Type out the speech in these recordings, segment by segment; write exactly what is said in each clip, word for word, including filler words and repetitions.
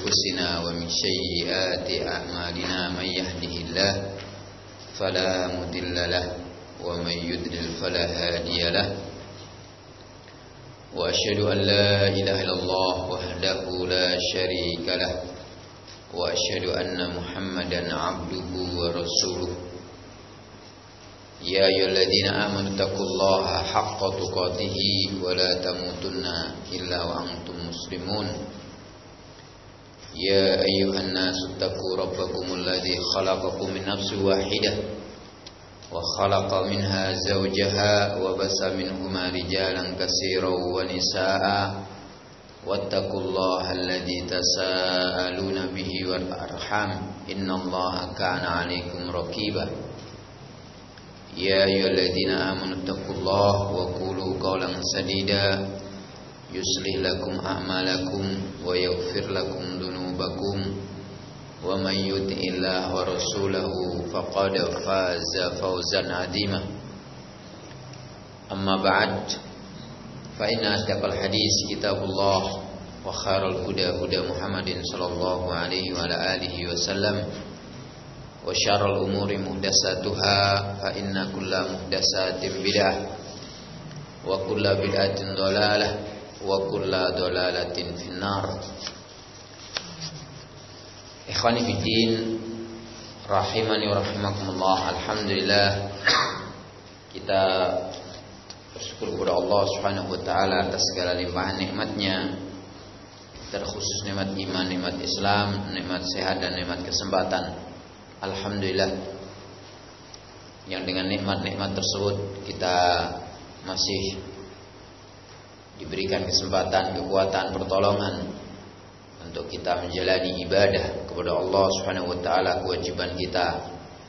أنفسنا ومن سيئات أعمالنا من يهده الله فلا مضل له ومن يضلل فلا هادي له وأشهد أن لا إله إلا الله وحده لا شريك له وأشهد أن محمدا عبده ورسوله يا أيها الذين آمنوا اتقوا الله حق تقاته ولا تموتن إلا وأنتم مسلمون يا أيها الناس اتقوا ربكم الذي خلقكم من نفس واحدة وخلق منها زوجها وبث منهما رجالا كثيرا ونساء واتقوا الله الذي تساءلون به والأرحام إن الله كان عليكم رقيبا يا أيها الذين آمنوا اتقوا الله وقولوا قولا سديدا يصلح لكم أعمالكم ويغفر لكم ذنوبكم ومن يطع الله ورسوله فقد فاز فوزا عظيما أما بعد فإن أصدق الحديث كتاب الله وخير الهدى هدى محمد صلى الله عليه وعلى آله وسلم وشر الأمور محدثاتها فإن كل محدثات بدعة وكل بدعة ضلالة وكل ضلالة في النار. Ikhwani fiddin rahimani wa rahimakumullah. Alhamdulillah kita bersyukur kepada Allah Subhanahu wa taala atas segala limpahan nikmatnya, terkhusus nikmat iman, nikmat Islam, nikmat sehat dan nikmat kesempatan. Alhamdulillah yang dengan nikmat-nikmat tersebut kita masih diberikan kesempatan, kekuatan, pertolongan untuk kita menjalani ibadah kepada Allah Subhanahu wa taala, kewajiban kita.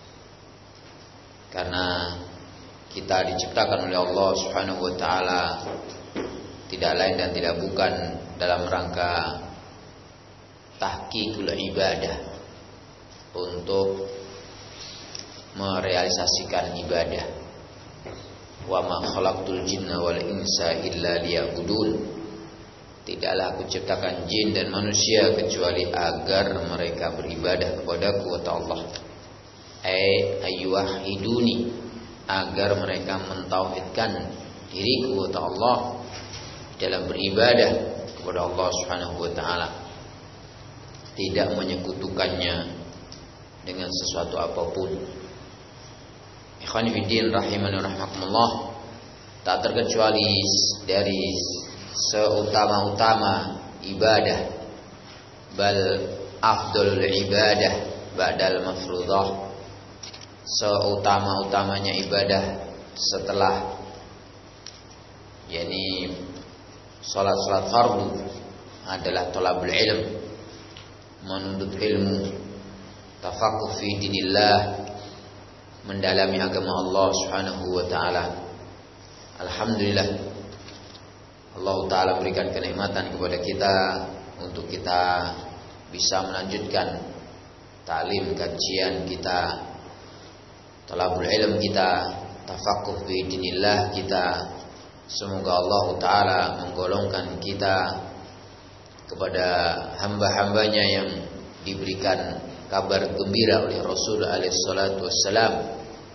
Karena kita diciptakan oleh Allah Subhanahu wa taala tidak lain dan tidak bukan dalam rangka tahqiqul ibadah, untuk merealisasikan ibadah. Wa ma khalaqtul jinna wal insa illa liya'budun. Tidaklah aku ciptakan jin dan manusia kecuali agar mereka beribadah kepadaku, kata Allah. Ai ayyuhiduni, agar mereka mentauhidkan diriku, kata Allah, dalam beribadah kepada Allah Subhanahu wa taala, tidak menyekutukannya dengan sesuatu apapun. Ikhwani fiddin rahimani wa rahmakumullah, tak terkecuali dari seutama-utama ibadah, bal afdalul ibadah ba'dal mafruḍah, seutama-utamanya ibadah setelah yakni salat-salat fardu adalah thalabul ilm, menuntut ilmu, tafaqquh fi dinillah, mendalami agama Allah Subhanahu wa taala. Alhamdulillah Allah taala berikan kenikmatan kepada kita untuk kita bisa melanjutkan ta'lim, kajian kita, talabul ilm kita, tafaqquh fi dinillah kita. Semoga Allah taala menggolongkan kita kepada hamba-hambanya yang diberikan kabar gembira oleh Rasul alaihi salatu wassalam,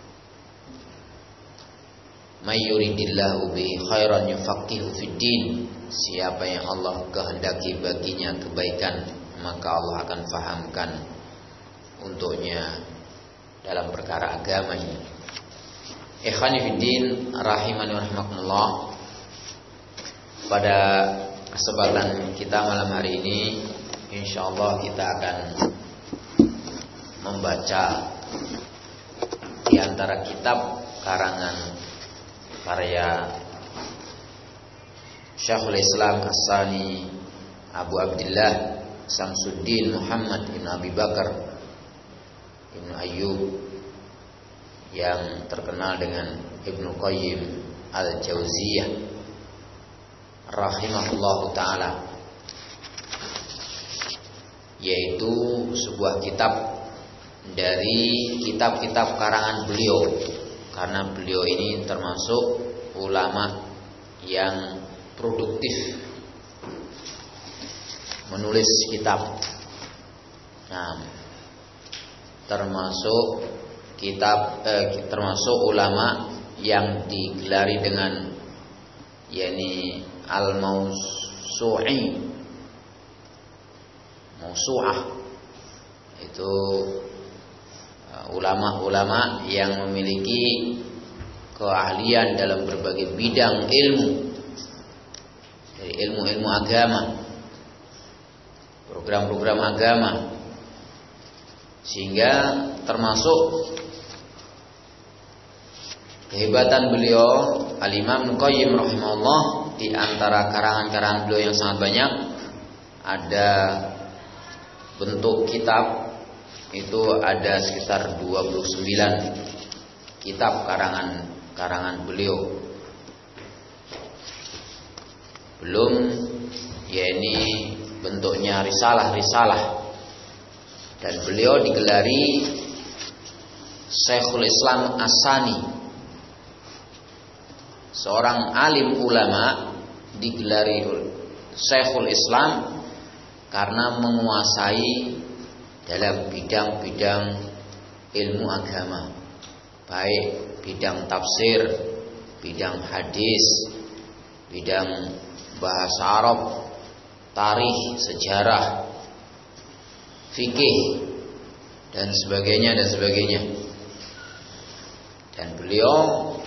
may yuridillahu bihi khairan yufaqihu fid din. Siapa yang Allah kehendaki baginya kebaikan, maka Allah akan fahamkan untuknya dalam perkara agamanya. Ikhwani fiddin rahimani wa rahimakumullah, pada kesempatan kita malam hari ini insyaallah kita akan membaca di antara kitab karangan karya Syekhul Islam As-Sani Abu Abdullah Samsuddin Muhammad bin Abi Bakar Ibnu Ayyub yang terkenal dengan Ibnu Qayyim Al-Jauziyah rahimahullahu taala, yaitu sebuah kitab dari kitab-kitab karangan beliau, karena beliau ini termasuk ulama yang produktif menulis kitab Nah, termasuk kitab eh, termasuk ulama yang digelari dengan yakni al-mausu'i, mausu'ah, itu ulama-ulama yang memiliki keahlian dalam berbagai bidang ilmu, dari ilmu-ilmu agama, program-program agama, sehingga termasuk kehebatan beliau Al-Imam Ibnu Qayyim rahimahullah, di antara karangan-karangan beliau yang sangat banyak ada bentuk kitab, itu ada sekitar dua puluh sembilan kitab karangan-karangan beliau. Belum ya ini bentuknya risalah-risalah, dan beliau digelari Syekhul Islam As-Sani, seorang alim ulama digelari Syekhul Islam karena menguasai dalam bidang-bidang ilmu agama, baik bidang tafsir, bidang hadis, bidang bahasa Arab, tarikh, sejarah, fikih, dan sebagainya dan sebagainya. Dan beliau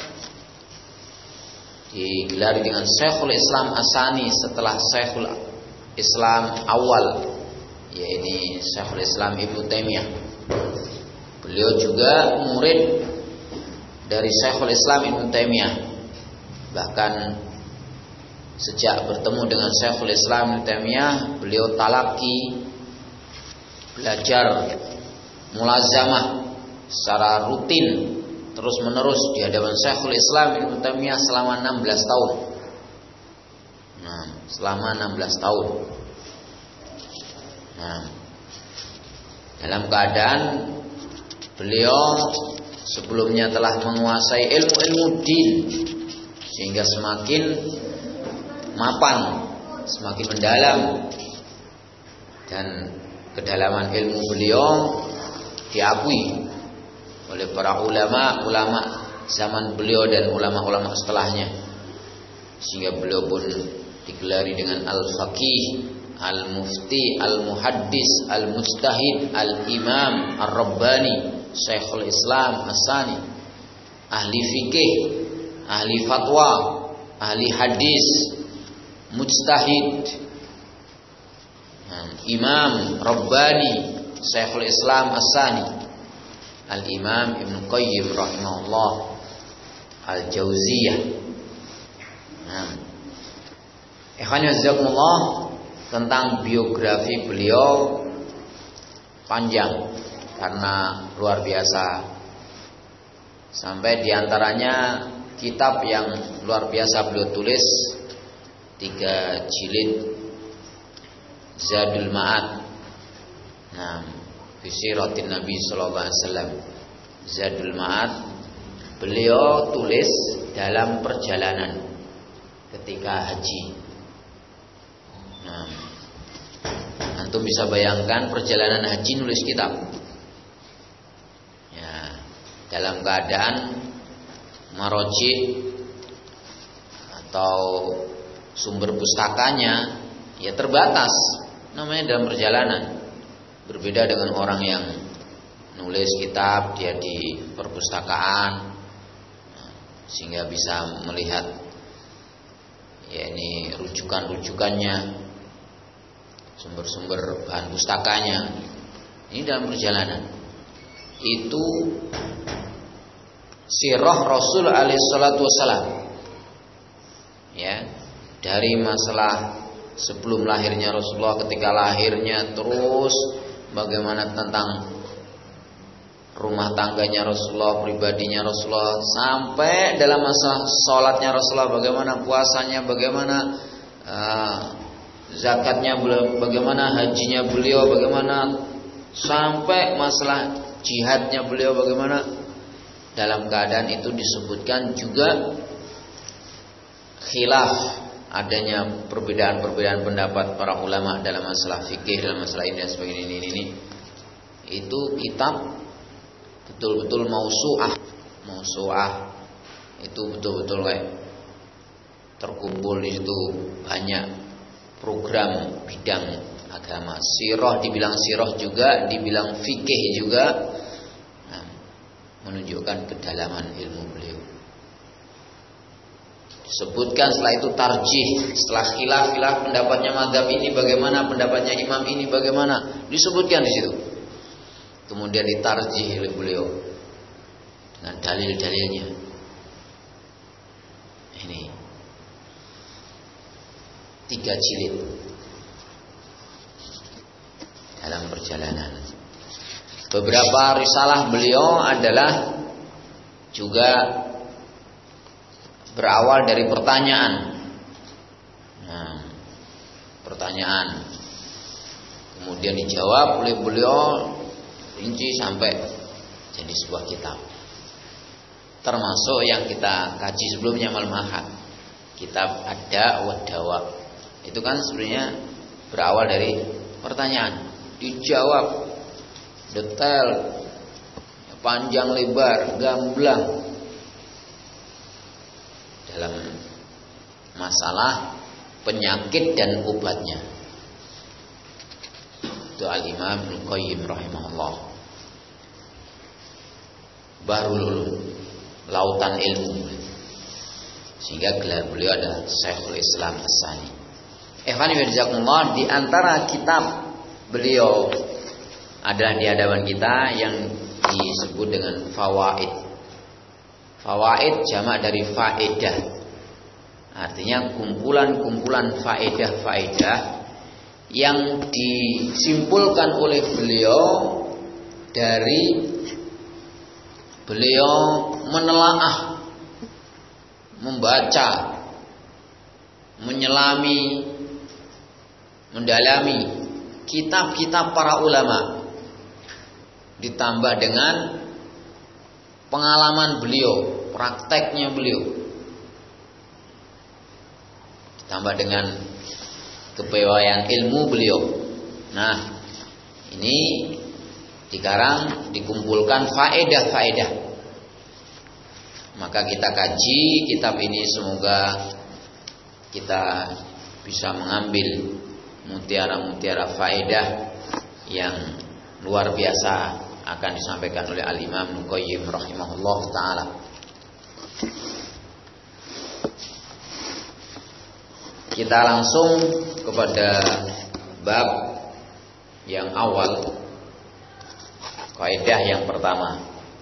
digelari dengan Syekhul Islam As-Sani setelah Syekhul Islam awal, yaitu Syekhul Islam Ibnu Taimiyah. Beliau juga murid dari Syekhul Islam Ibnu Taimiyah. Bahkan sejak bertemu dengan Syekhul Islam Ibnu Taimiyah, beliau talaki, belajar mulazamah secara rutin terus menerus di hadapan Syekhul Islam Ibnu Taimiyah selama enam belas tahun. Nah, selama enam belas tahun. Nah, dalam keadaan beliau sebelumnya telah menguasai ilmu-ilmu din, sehingga semakin mapan, semakin mendalam, dan kedalaman ilmu beliau diakui oleh para ulama-ulama zaman beliau dan ulama-ulama setelahnya, sehingga beliau pun digelari dengan al-faqih, al-mufti, al-muhaddis, al-mujtahid, al-imam, ar-rabbani, Syekhul Islam As-Sani, ahli fikih, ahli fatwa, ahli hadis, mujtahid, imam, rabbani, Syekhul Islam As-Sani, Al-Imam Ibnu Qayyim rahimahullah Al-Jauziyah. Nah, ikhwan jazakumullah, tentang biografi beliau panjang karena luar biasa, sampai diantaranya kitab yang luar biasa beliau tulis, tiga jilid, Zadul Ma'ad, nah, fi siratin Nabi sallallahu alaihi wasallam. Zadul Ma'ad beliau tulis dalam perjalanan ketika haji. Nah, antum bisa bayangkan perjalanan haji nulis kitab. Ya, dalam keadaan maroji atau sumber pustakanya ya terbatas, namanya dalam perjalanan. Berbeda dengan orang yang nulis kitab dia di perpustakaan, sehingga bisa melihat ya ini rujukan-rujukannya, sumber-sumber bahan pustakanya. Ini dalam perjalanan. Itu sirah Rasul alaihi salatu wassalam, ya, dari masalah sebelum lahirnya Rasulullah, ketika lahirnya, terus bagaimana tentang rumah tangganya Rasulullah, pribadinya Rasulullah, sampai dalam masalah sholatnya Rasulullah, bagaimana puasanya, bagaimana uh, zakatnya, bagaimana hajinya beliau, bagaimana sampai masalah jihadnya beliau, bagaimana. Dalam keadaan itu disebutkan juga khilaf, adanya perbedaan-perbedaan pendapat para ulama dalam masalah fikih, dalam masalah ini dan sebagainya, ini, ini, ini. itu kitab betul-betul mausu'ah. Mausu'ah itu betul-betul kayak terkumpul di situ banyak program bidang agama. Sirah dibilang sirah juga, dibilang fikih juga. Nah, menunjukkan kedalaman ilmu beliau. Disebutkan setelah itu tarjih, setelah khilaf-khilaf pendapatnya mazhab ini bagaimana, pendapatnya imam ini bagaimana, disebutkan di situ. Kemudian ditarjih oleh beliau dengan dalil-dalilnya. Ini tiga jilid dalam perjalanan. Beberapa risalah beliau adalah juga berawal dari pertanyaan. Nah, pertanyaan kemudian dijawab oleh beliau rinci sampai jadi sebuah kitab. Termasuk yang kita kaji sebelumnya malam Ahad, kitab Ad-Da' wa Dawa. Itu kan sebenarnya berawal dari pertanyaan, dijawab detail, panjang lebar, gamblang dalam masalah penyakit dan obatnya. Itu Al-Imam Ibnu Qayyim rahimahullah. Bahrul Ulum, lautan ilmu. Sehingga gelar beliau adalah Syekhul Islam As-Sani. Ikhwani wa jazakumullah, di antara kitab beliau adalah di hadapan kita yang disebut dengan Fawaid. Fawaid jamak dari faedah. Artinya kumpulan-kumpulan faedah-faedah yang disimpulkan oleh beliau dari beliau menelaah, membaca, menyelami, mendalami kitab-kitab para ulama, ditambah dengan pengalaman beliau, prakteknya beliau, ditambah dengan kepiawaian ilmu beliau. Nah, ini dikarang, dikumpulkan faedah-faedah. Maka kita kaji kitab ini, semoga kita bisa mengambil mutiara-mutiara faedah yang luar biasa akan disampaikan oleh Al-Imam Ibnu Qayyim rahimahullah ta'ala. Kita langsung kepada bab yang awal, kaidah yang pertama.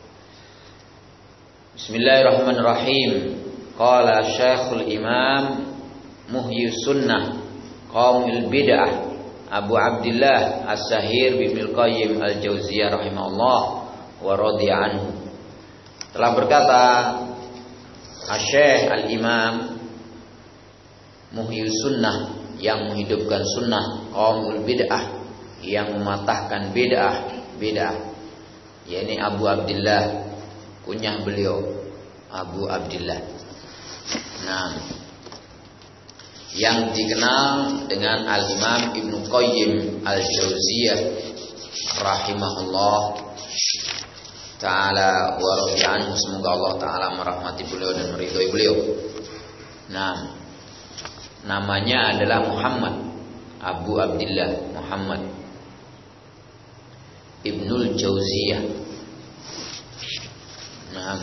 Bismillahirrahmanirrahim. Qala Syekhul Imam Muhyis Sunnah Qaumul Bid'ah Abu Abdillah As-Sahir bin Al-Qayyim Al-Jauziyah rahimahullah wa radhiya anhu telah berkata Asy-Syaikh Al-Imam Muhyis Sunnah, yang menghidupkan sunnah, Qaumul Bid'ah, yang mematahkan bid'ah, bid'ah, yakni Abu Abdillah, kunyah beliau Abu Abdillah. Nah, yang dikenal dengan Al-Imam Ibnu Qayyim Al-Jauziyah rahimahullah ta'ala wa radhiya anhu. Semoga Allah ta'ala merahmati beliau dan meridhai beliau. Nah, namanya adalah Muhammad Abu Abdillah Muhammad Ibnul Jauziyah. Nah,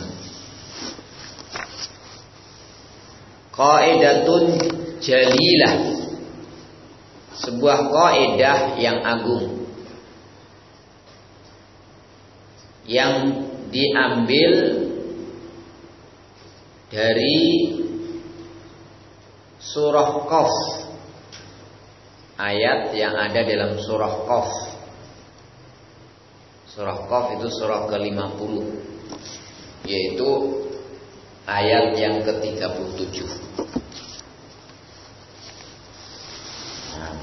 qaidatun jalilah, sebuah kaidah yang agung yang diambil dari surah Qaf, ayat yang ada dalam surah Qaf. Surah Qaf itu surah ke lima puluh, yaitu ayat yang ke tiga puluh tujuh. Nah,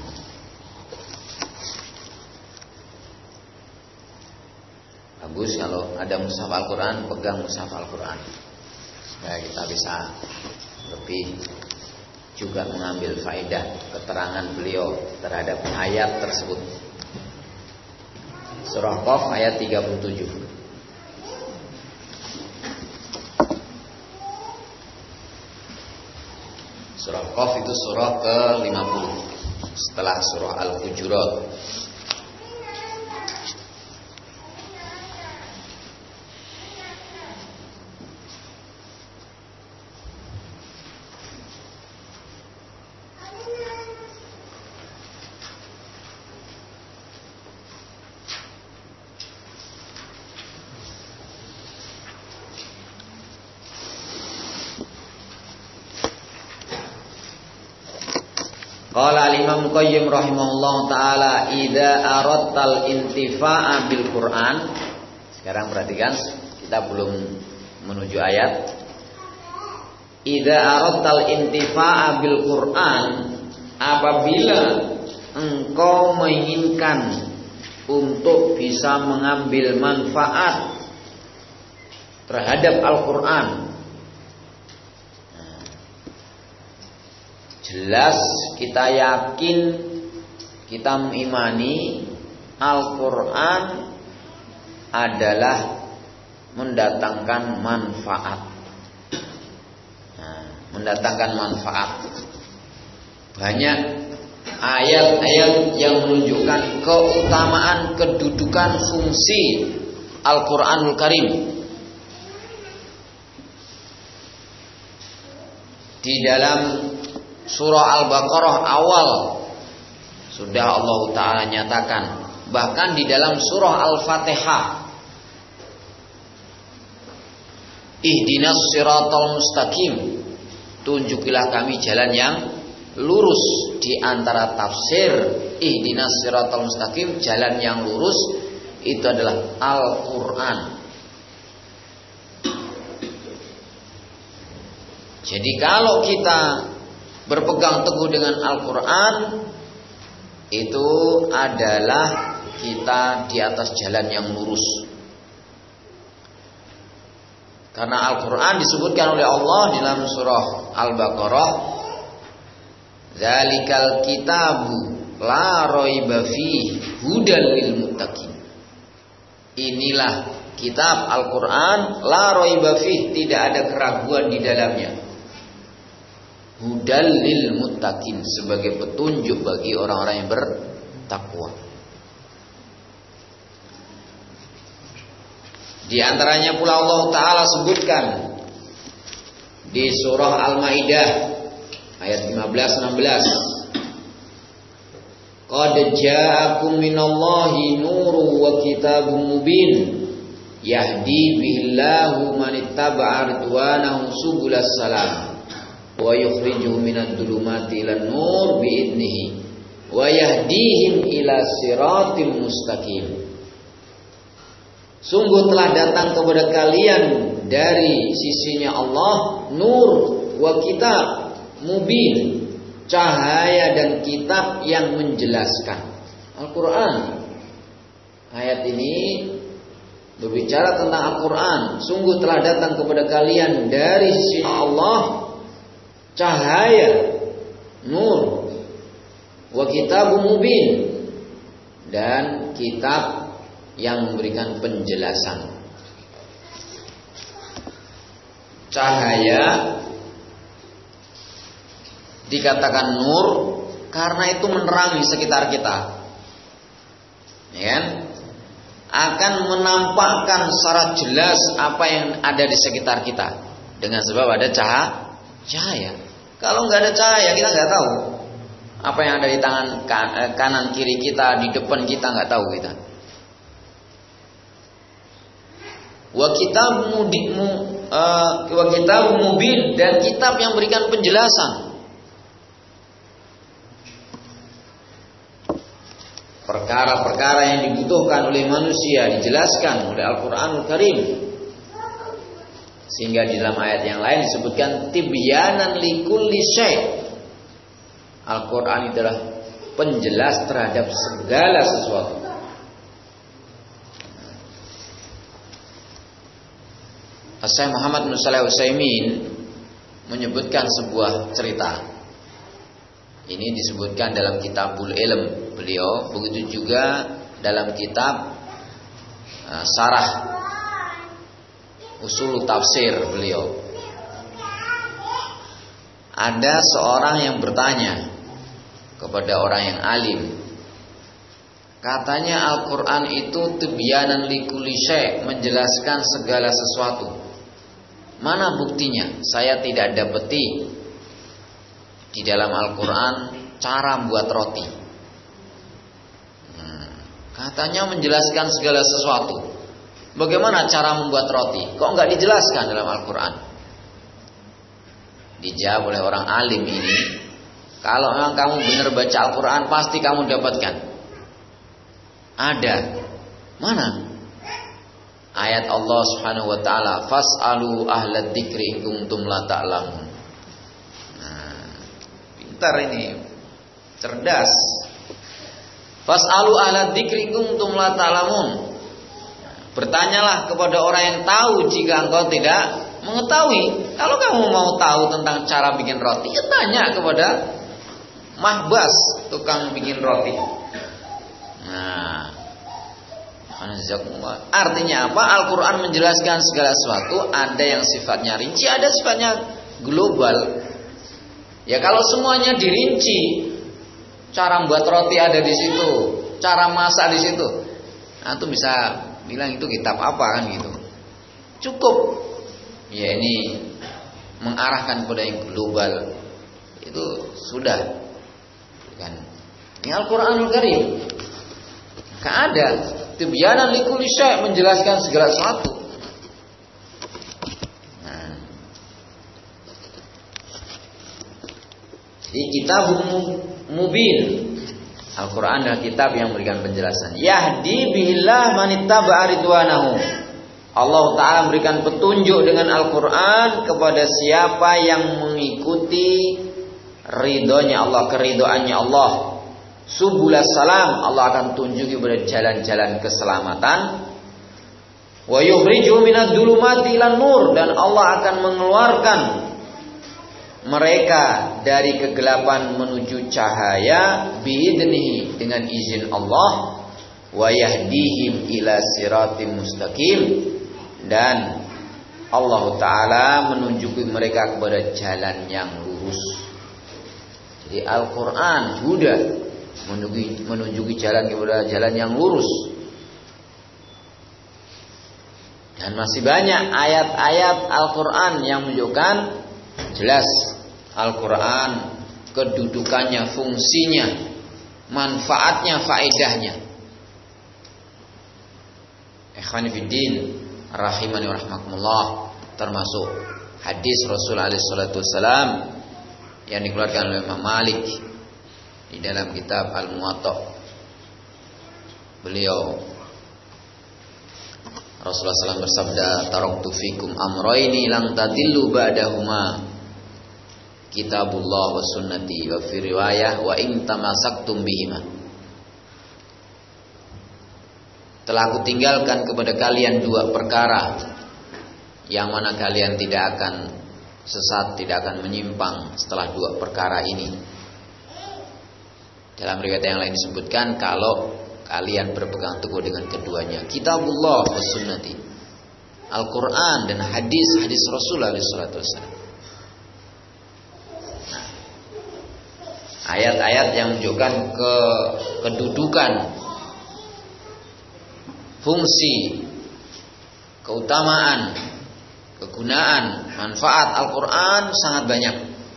bagus kalau ada mushaf Al-Quran, pegang mushaf Al-Quran, ya, kita bisa lebih juga mengambil faedah keterangan beliau terhadap ayat tersebut. Surah Qaf ayat tiga puluh tujuh. Surah Qaf itu surah ke lima puluh setelah surah Al-Hujurat. Qala al-Imam Qayyim rahimahullah ta'ala, idza aradtal intifa'a bil Qur'an. Sekarang perhatikan, kita belum menuju ayat. Idza aradtal intifa'a bil Qur'an, apabila engkau menginginkan untuk bisa mengambil manfaat terhadap Al-Qur'an. Jelas kita yakin, kita mengimani Al-Quran adalah mendatangkan manfaat. Nah, mendatangkan manfaat. Banyak ayat-ayat yang menunjukkan keutamaan, kedudukan, fungsi Al-Quranul Karim. Di dalam Surah Al-Baqarah awal sudah Allah Ta'ala nyatakan. Bahkan di dalam surah Al-Fatihah, ihdinas siratal mustaqim, tunjukilah kami jalan yang lurus. Di antara tafsir ihdinas siratal mustaqim, jalan yang lurus, itu adalah Al-Quran. Jadi kalau kita berpegang teguh dengan Al-Quran, itu adalah kita di atas jalan yang lurus. Karena Al-Quran disebutkan oleh Allah di dalam surah Al-Baqarah, Dzalikal kitabu la raiba fihi hudal lil muttaqin. Inilah kitab Al-Quran, la raiba fihi, tidak ada keraguan di dalamnya. Hudal lil muttaqin, sebagai petunjuk bagi orang-orang yang bertakwa. Di antaranya pula Allah Ta'ala sebutkan di surah Al-Maidah ayat lima belas enam belas. Qad ja'akum minallahi nurun wa kitabun mubin yahdi bihillahu man ittaba'a ridwanahu subulas salam wa yukhrijuhum minadh dhulumati ilan nur bi'idnihi wa yahdihim ila siratim mustaqim. Sungguh telah datang kepada kalian dari sisinya Allah nur wa kitab mubin, cahaya dan kitab yang menjelaskan. Al-Quran, ayat ini berbicara tentang Al-Quran. Sungguh telah datang kepada kalian dari sisi Allah cahaya, nur, wa kitabun mubin, dan kitab yang memberikan penjelasan. Cahaya dikatakan nur karena itu menerangi sekitar kita, ya kan? Akan menampakkan secara jelas apa yang ada di sekitar kita dengan sebab ada cahaya. Cahaya. Kalau nggak ada cahaya, kita nggak tahu apa yang ada di tangan kanan kiri kita, di depan kita, nggak tahu kita. Wa kitab mudimu, uh, wa kitab mubin, dan kitab yang berikan penjelasan. Perkara-perkara yang dibutuhkan oleh manusia dijelaskan oleh Al-Quranul Karim. Sehingga di dalam ayat yang lain disebutkan tibyanan likulli syai'. Al-Quran adalah penjelas terhadap segala sesuatu. Syekh Muhammad bin Shalih Al-Utsaimin menyebutkan sebuah cerita. Ini disebutkan dalam Kitabul Ilm beliau, begitu juga dalam kitab uh, Sarah Usul Tafsir beliau, ada seorang yang bertanya kepada orang yang alim. Katanya Al-Quran itu tibyanan likulli syai', menjelaskan segala sesuatu. Mana buktinya? Saya tidak dapati di dalam Al-Quran cara membuat roti. hmm. Katanya menjelaskan segala sesuatu. Bagaimana cara membuat roti? Kok enggak dijelaskan dalam Al-Quran? Dijawab oleh orang alim ini, kalau memang kamu benar baca Al-Quran, pasti kamu dapatkan. Ada. Mana? Ayat Allah Subhanahu wa taala, fas'alu ahlad dzikri in kuntum la ta'lamun. Nah, pintar ini. Cerdas. Fas'alu ahlad dzikri in kuntum la ta'lamun. Bertanyalah kepada orang yang tahu jika engkau tidak mengetahui. Kalau kamu mau tahu tentang cara bikin roti, ya tanya kepada mahbas, tukang bikin roti. Nah, artinya apa? Al-Quran menjelaskan segala sesuatu. Ada yang sifatnya rinci, ada sifatnya global. Ya kalau semuanya dirinci, cara membuat roti ada di situ, cara masak di situ, nah itu bisa bilang itu kitab apa kan gitu. Cukup. Ya ini mengarahkan kepada yang global. Itu sudah kan. Ini Al-Qur'anul Karim. Enggak ada tibyanan likulli syai', menjelaskan segala sesuatu. Nah. Ini kitabun mubin. Al-Quran adalah kitab yang memberikan penjelasan. Yahdi bihillah manittaba'a ridwanahu. Allah Ta'ala memberikan petunjuk dengan Al-Quran kepada siapa yang mengikuti ridhonya Allah, keridhoannya Allah. Subulas salam, Allah akan tunjuki kepada jalan-jalan keselamatan. Wa yukhrijuhum minadh dhulumati ilan nur, dan Allah akan mengeluarkan mereka dari kegelapan menuju cahaya biidnihi, dengan izin Allah. Wa yahdihim ila siratim mustaqim, dan Allah Ta'ala menunjuki mereka kepada jalan yang lurus. Jadi Al-Quran huda, menunjuki, menunjuki jalan kepada jalan yang lurus. Dan masih banyak ayat-ayat Al-Quran yang menunjukkan jelas Al-Quran, kedudukannya, fungsinya, manfaatnya, faedahnya. Ikhwani fiddin, rahimani wa rahmakumullah, termasuk hadis Rasul alaihi salatu wassalam yang dikeluarkan oleh Imam Malik di dalam kitab Al-Muwatta. Beliau Rasulullah sallallahu alaihi wasallam bersabda, taraktu fikum amrayni lang tadillu ba'dahuma, kitabullah wa sunnati, wa fi riwayah wa in tamasaktum bihima. Telah aku tinggalkan kepada kalian dua perkara, yang mana kalian tidak akan sesat, tidak akan menyimpang setelah dua perkara ini. Dalam riwayat yang lain disebutkan, kalau kalian berpegang teguh dengan keduanya, kitabullah wa sunnati, Al-Quran dan hadis-hadis Rasulullah sallallahu alaihi wasallam. Ayat-ayat yang menunjukkan ke kedudukan, fungsi, keutamaan, kegunaan, manfaat Al-Quran sangat banyak.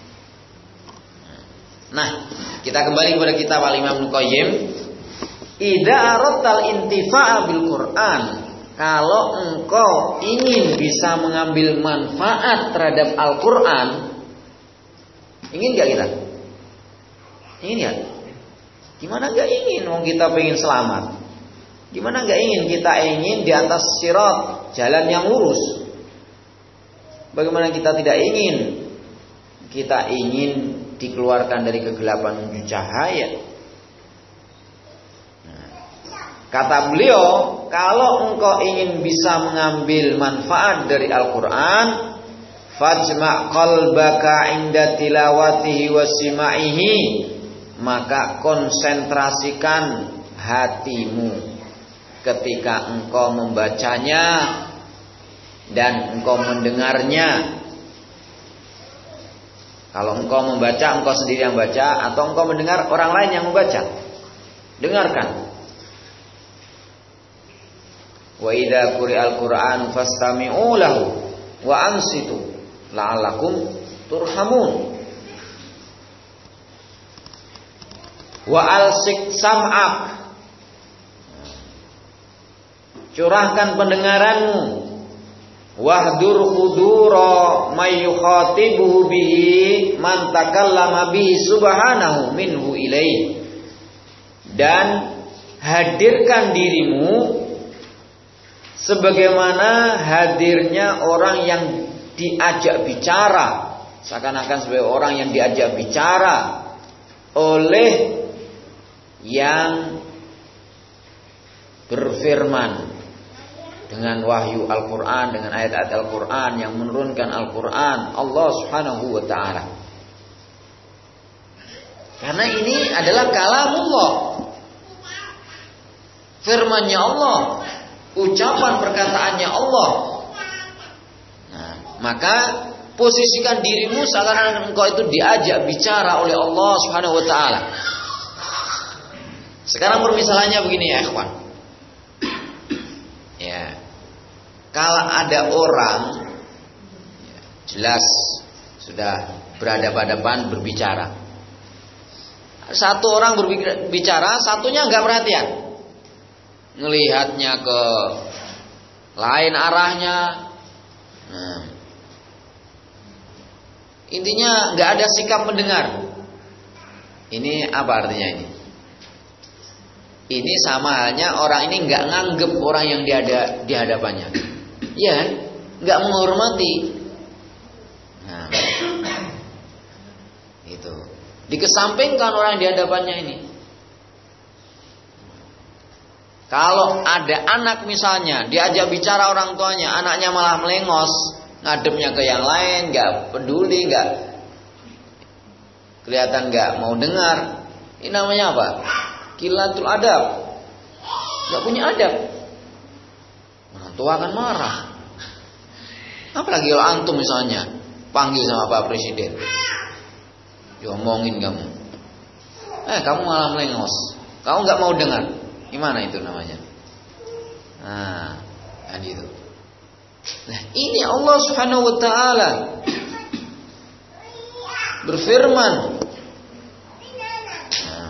Nah, kita kembali kepada kitab Al-Imam Ibnu Qayyim. Idza aradtal intifa'a bil Quran, kalau engkau ingin bisa mengambil manfaat terhadap Al-Quran, ingin enggak kita? Ingin ya? Gimana enggak ingin? Wong kita pengen selamat. Gimana enggak ingin? Kita ingin di atas sirat, jalan yang lurus. Bagaimana kita tidak ingin? Kita ingin dikeluarkan dari kegelapan menuju cahaya. Nah, kata beliau, kalau engkau ingin bisa mengambil manfaat dari Al-Quran, fajma' qalbaka inda tilawatihi wa sima'ihi, maka konsentrasikan hatimu ketika engkau membacanya dan engkau mendengarnya. Kalau engkau membaca, engkau sendiri yang baca, atau engkau mendengar orang lain yang membaca, dengarkan. Wa idza quri'al Qur'an fastami'u lahu wa ansitu la'allakum turhamun. Wa alsik sam'ak, curahkan pendengaranmu. Wahdur hudura may yukhatibuhu bihi man takallama bihi subhanahu minhu ilaih. Dan hadirkan dirimu sebagaimana hadirnya orang yang diajak bicara, seakan-akan sebagai orang yang diajak bicara oleh yang berfirman dengan wahyu Al-Quran, dengan ayat-ayat Al-Quran, yang menurunkan Al-Quran, Allah subhanahu wa ta'ala. Karena ini adalah kalamullah, firmannya Allah, ucapan perkataannya Allah. Nah, maka posisikan dirimu seakan-akan engkau itu diajak bicara oleh Allah subhanahu wa ta'ala. Sekarang permisalannya begini ya ikhwan. Ya, kalau ada orang jelas sudah berhadapan-hadapan berbicara, satu orang berbicara, satunya nggak perhatian, ngelihatnya ke lain arahnya. Nah, intinya nggak ada sikap mendengar. Ini apa artinya ini? Ini sama halnya orang ini nggak nganggep orang yang diada di hadapannya, ya, nggak menghormati. Nah, itu dikesampingkan orang di hadapannya ini. Kalau ada anak misalnya diajak bicara orang tuanya, anaknya malah melengos, ngadepnya ke yang lain, nggak peduli, nggak kelihatan nggak mau dengar. Ini namanya apa? Qillatul adab, nggak punya adab. Orang tua akan marah. Apalagi kalau antum misalnya panggil sama Pak Presiden, diomongin kamu, eh kamu malah melengos, kamu nggak mau dengar. Gimana itu namanya? Nah, kan itu. Nah, ini Allah Subhanahu wa taala berfirman, nah,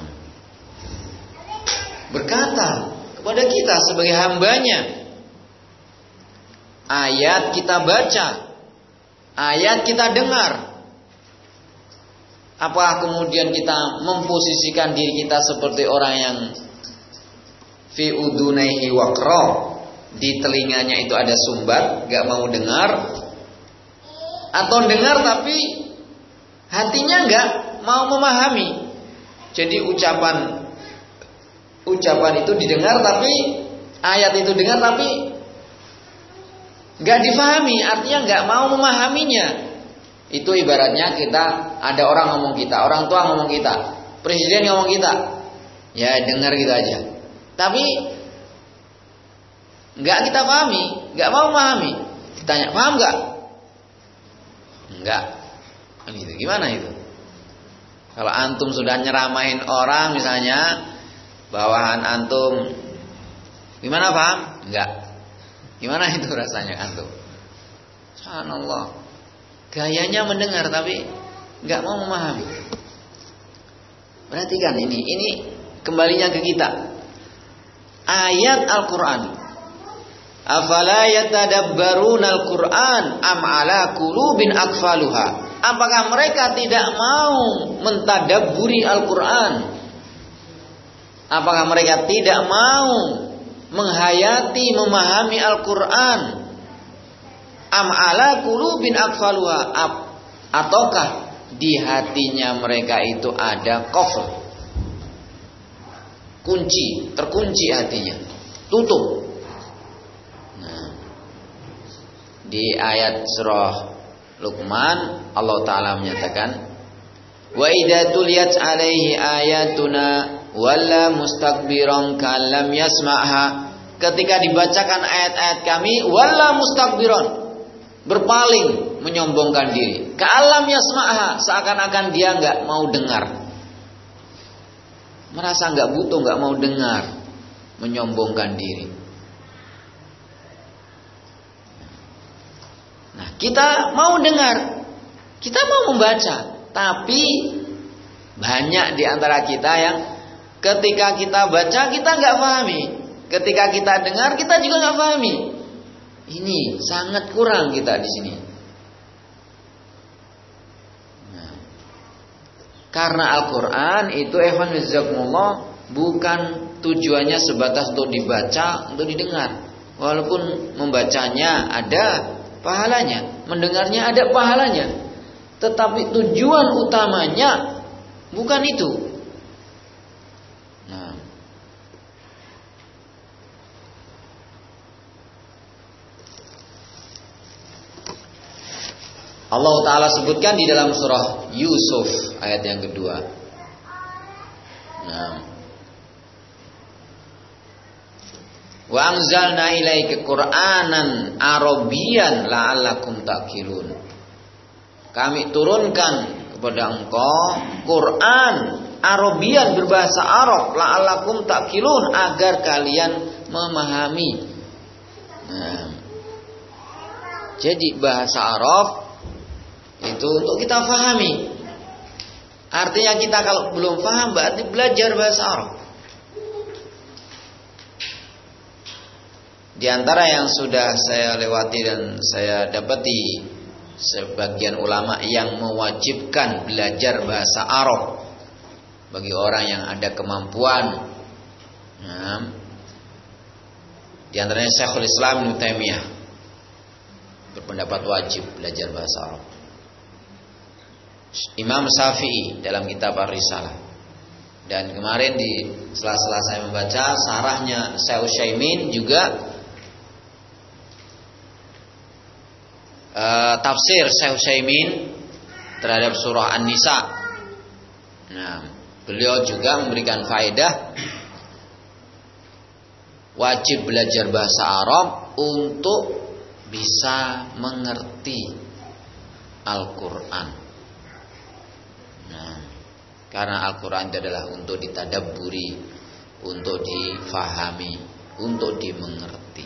berkata kepada kita sebagai hambanya. Ayat kita baca, ayat kita dengar. Apakah kemudian kita memposisikan diri kita seperti orang yang fi udunaihi waqra, di telinganya itu ada sumbat, gak mau dengar, atau dengar tapi hatinya gak mau memahami. Jadi ucapan ucapan itu didengar, tapi ayat itu dengar tapi gak difahami, artinya gak mau memahaminya. Itu ibaratnya kita ada orang ngomong kita, orang tua ngomong kita, presiden ngomong kita, ya dengar gitu aja. Tapi nggak kita pahami, nggak mau memahami. Ditanya paham nggak? Nggak. Gitu. Gimana itu? Kalau antum sudah nyeramain orang misalnya, bawahan antum, gimana paham? Nggak. Gimana itu rasanya antum? Subhanallah. Gayanya mendengar tapi nggak mau memahami. Perhatikan ini, ini kembalinya ke kita. Ayat Al-Quran, afala yatadabbaruna Al-Quran am ala qulubin aqfaluha. Apakah mereka tidak mau mentadabburi Al-Quran? Apakah mereka tidak mau menghayati, memahami Al-Quran? Am ala qulubin aqfaluha, ataukah di hatinya mereka itu ada qafl, kunci, terkunci hatinya, tutup. Nah, di ayat surah Luqman Allah Ta'ala menyatakan, wa idza tuliyat alaihi ayatuna walla mustakbiran kallam yasma'ha ketika dibacakan ayat-ayat kami walla mustakbiron, berpaling, menyombongkan diri. Ka'alam yasma'ha, seakan-akan dia enggak mau dengar. Merasa enggak butuh, enggak mau dengar, menyombongkan diri. Nah, kita mau dengar, kita mau membaca, tapi banyak di antara kita yang ketika kita baca kita enggak pahami, ketika kita dengar kita juga enggak pahami. Ini sangat kurang kita di sini. Nah, karena Al-Quran itu ikhwan jazakumullah bukan tujuannya sebatas untuk dibaca, untuk didengar. Walaupun membacanya ada pahalanya, mendengarnya ada pahalanya, tetapi tujuan utamanya bukan itu. Nah, Allah Ta'ala sebutkan di dalam surah Yusuf ayat yang kedua. Nah, wa anzalna ilaika Qur'anan Arabiyyan la'allakum ta'qilun. Kami turunkan kepada engkau Quran Arabiyyan, berbahasa Arab, la'allakum ta'qilun, agar kalian memahami. Nah, jadi bahasa Arab itu untuk kita pahami. Artinya kita kalau belum paham berarti belajar bahasa Arab. Di antara yang sudah saya lewati dan saya dapati, sebagian ulama yang mewajibkan belajar bahasa Arab bagi orang yang ada kemampuan. Nah, di antaranya Syekhul Islam Ibnu Taimiyah berpendapat wajib belajar bahasa Arab. Imam Syafi'i dalam kitab Ar-Risalah. Dan kemarin di sela-sela saya membaca sarahnya Syekh Utsaimin juga uh, tafsir Syekh Utsaimin terhadap surah An-Nisa. Nah, beliau juga memberikan faedah wajib belajar bahasa Arab untuk bisa mengerti Al-Quran. Nah, karena Al-Quran itu adalah untuk ditadabburi, untuk difahami, untuk dimengerti.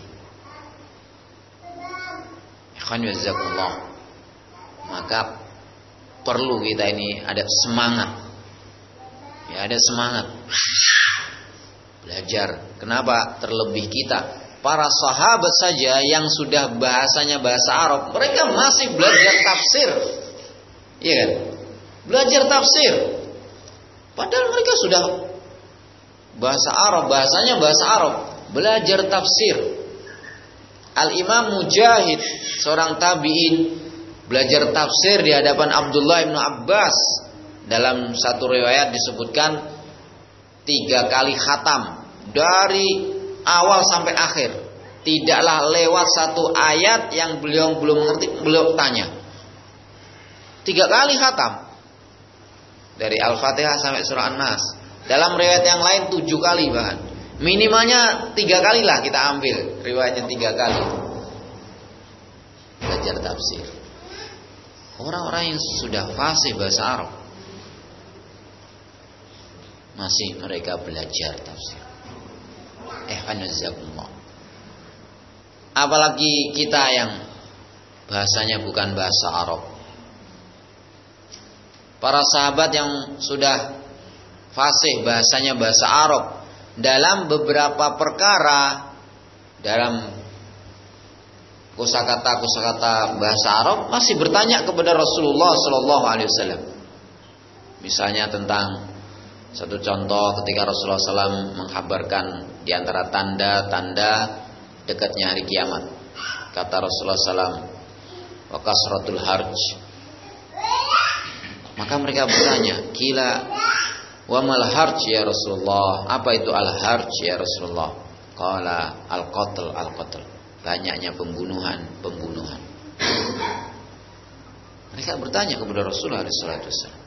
Ikhwan jazakumullah. Maka perlu kita ini ada semangat. Ya, ada semangat belajar. Kenapa? Terlebih kita, para sahabat saja yang sudah bahasanya bahasa Arab, mereka masih belajar tafsir. Iya kan? Belajar tafsir. Padahal mereka sudah bahasa Arab, bahasanya bahasa Arab, belajar tafsir. Al-Imam Mujahid, seorang tabi'in, belajar tafsir di hadapan Abdullah bin Abbas. Dalam satu riwayat disebutkan tiga kali khatam dari awal sampai akhir. Tidaklah lewat satu ayat yang beliau belum mengerti, beliau tanya. Tiga kali khatam. Dari Al-Fatihah sampai surah An-Nas. Dalam riwayat yang lain tujuh kali bahkan. Minimalnya tiga kali lah kita ambil. Riwayatnya tiga kali. Belajar tafsir. Orang-orang yang sudah fasih bahasa Arab, masih mereka belajar tafsir. Eh, hanazakumullah. Apalagi kita yang bahasanya bukan bahasa Arab. Para sahabat yang sudah fasih bahasanya bahasa Arab, dalam beberapa perkara, dalam kosakata-kosakata bahasa Arab masih bertanya kepada Rasulullah Sallallahu Alaihi Wasallam. Misalnya tentang satu contoh ketika Rasulullah Sallallahu Alaihi Wasallam menghabarkan di antara tanda-tanda dekatnya hari kiamat. Kata Rasulullah Sallallahu Alaihi Wasallam, wa kasratul harj. Maka mereka bertanya, kila wa mal harj ya Rasulullah? Apa itu al harj ya Rasulullah? Qala al qatl al qatl. Banyaknya pembunuhan, pembunuhan. Mereka bertanya kepada Rasulullah sallallahu alaihi wasallam.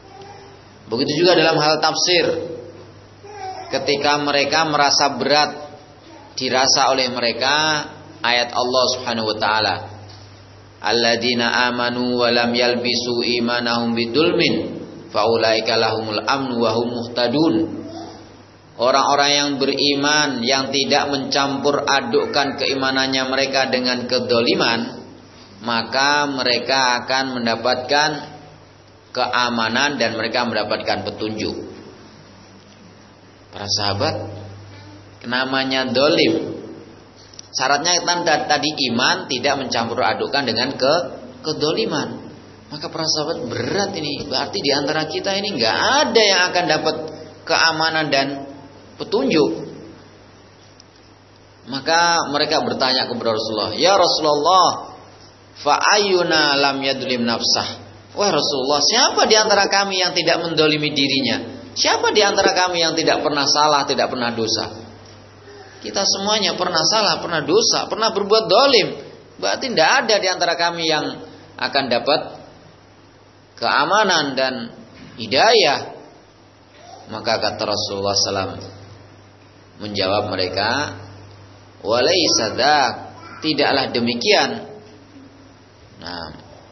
Begitu juga dalam hal tafsir. Ketika mereka merasa berat dirasa oleh mereka ayat Allah Subhanahu wa taala. Alladzina amanu wa lam yalbisu imanahum bidzulmin faulaika lahumul amnu wa hum muhtadun. Orang-orang yang beriman yang tidak mencampur adukkan keimanannya mereka dengan kedzaliman, maka mereka akan mendapatkan keamanan dan mereka mendapatkan petunjuk. Para sahabat, namanya dolim, syaratnya tadi iman tidak mencampur adukkan dengan ke kedoliman. Maka para sahabat, berat ini. Berarti di antara kita ini nggak ada yang akan dapat keamanan dan petunjuk. Maka mereka bertanya kepada Rasulullah, ya Rasulullah, fa ayyuna lam yadlim nafsah. Wah Rasulullah, siapa di antara kami yang tidak mendolimi dirinya? Siapa di antara kami yang tidak pernah salah, tidak pernah dosa? Kita semuanya pernah salah, pernah dosa, pernah berbuat dolim. Berarti tidak ada di antara kami yang akan dapat keamanan dan hidayah. Maka kata Rasulullah sallallahu alaihi wasallam menjawab mereka, walaysa dzak, tidaklah demikian. Nah,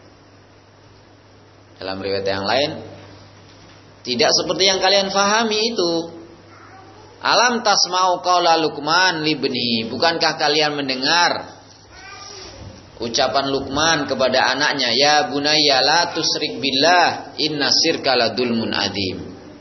dalam riwayat yang lain, tidak seperti yang kalian fahami itu. Alam tasma'u qaula Luqman libni, bukankah kalian mendengar ucapan Luqman kepada anaknya, ya bunayya la tusyrik billah inna syirka la dzulmun adzim.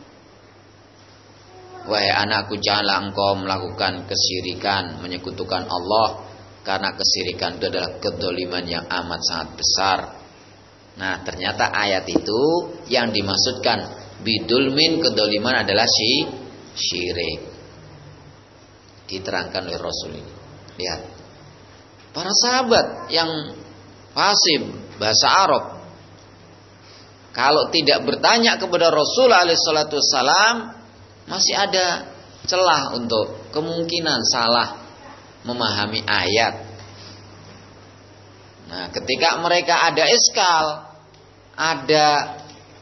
Wahai anakku, janganlah engkau melakukan kesyirikan, menyekutukan Allah, karena kesyirikan itu adalah kedzaliman yang amat sangat besar. Nah, ternyata ayat itu yang dimaksudkan bidulmin, kedzaliman adalah si syirik. Diterangkan oleh Rasul ini. Lihat, para sahabat yang fasih bahasa Arab, kalau tidak bertanya kepada Rasul alaihi salatu wassalam, masih ada celah untuk kemungkinan salah memahami ayat. Nah, ketika mereka ada iskal, ada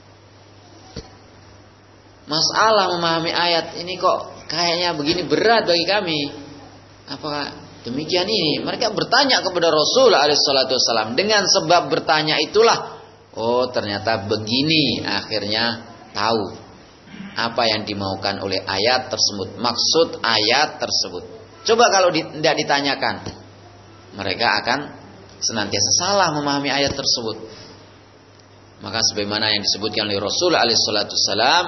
masalah memahami ayat ini, kok kayaknya begini berat bagi kami, apakah demikian ini? Mereka bertanya kepada Rasul alaihi salatu wassalam. Dengan sebab bertanya itulah, oh ternyata begini, akhirnya tahu apa yang dimaukan oleh ayat tersebut, maksud ayat tersebut. Coba kalau tidak ditanyakan, mereka akan senantiasa salah memahami ayat tersebut. Maka sebagaimana yang disebutkan oleh Rasul alaihi salatu wassalam,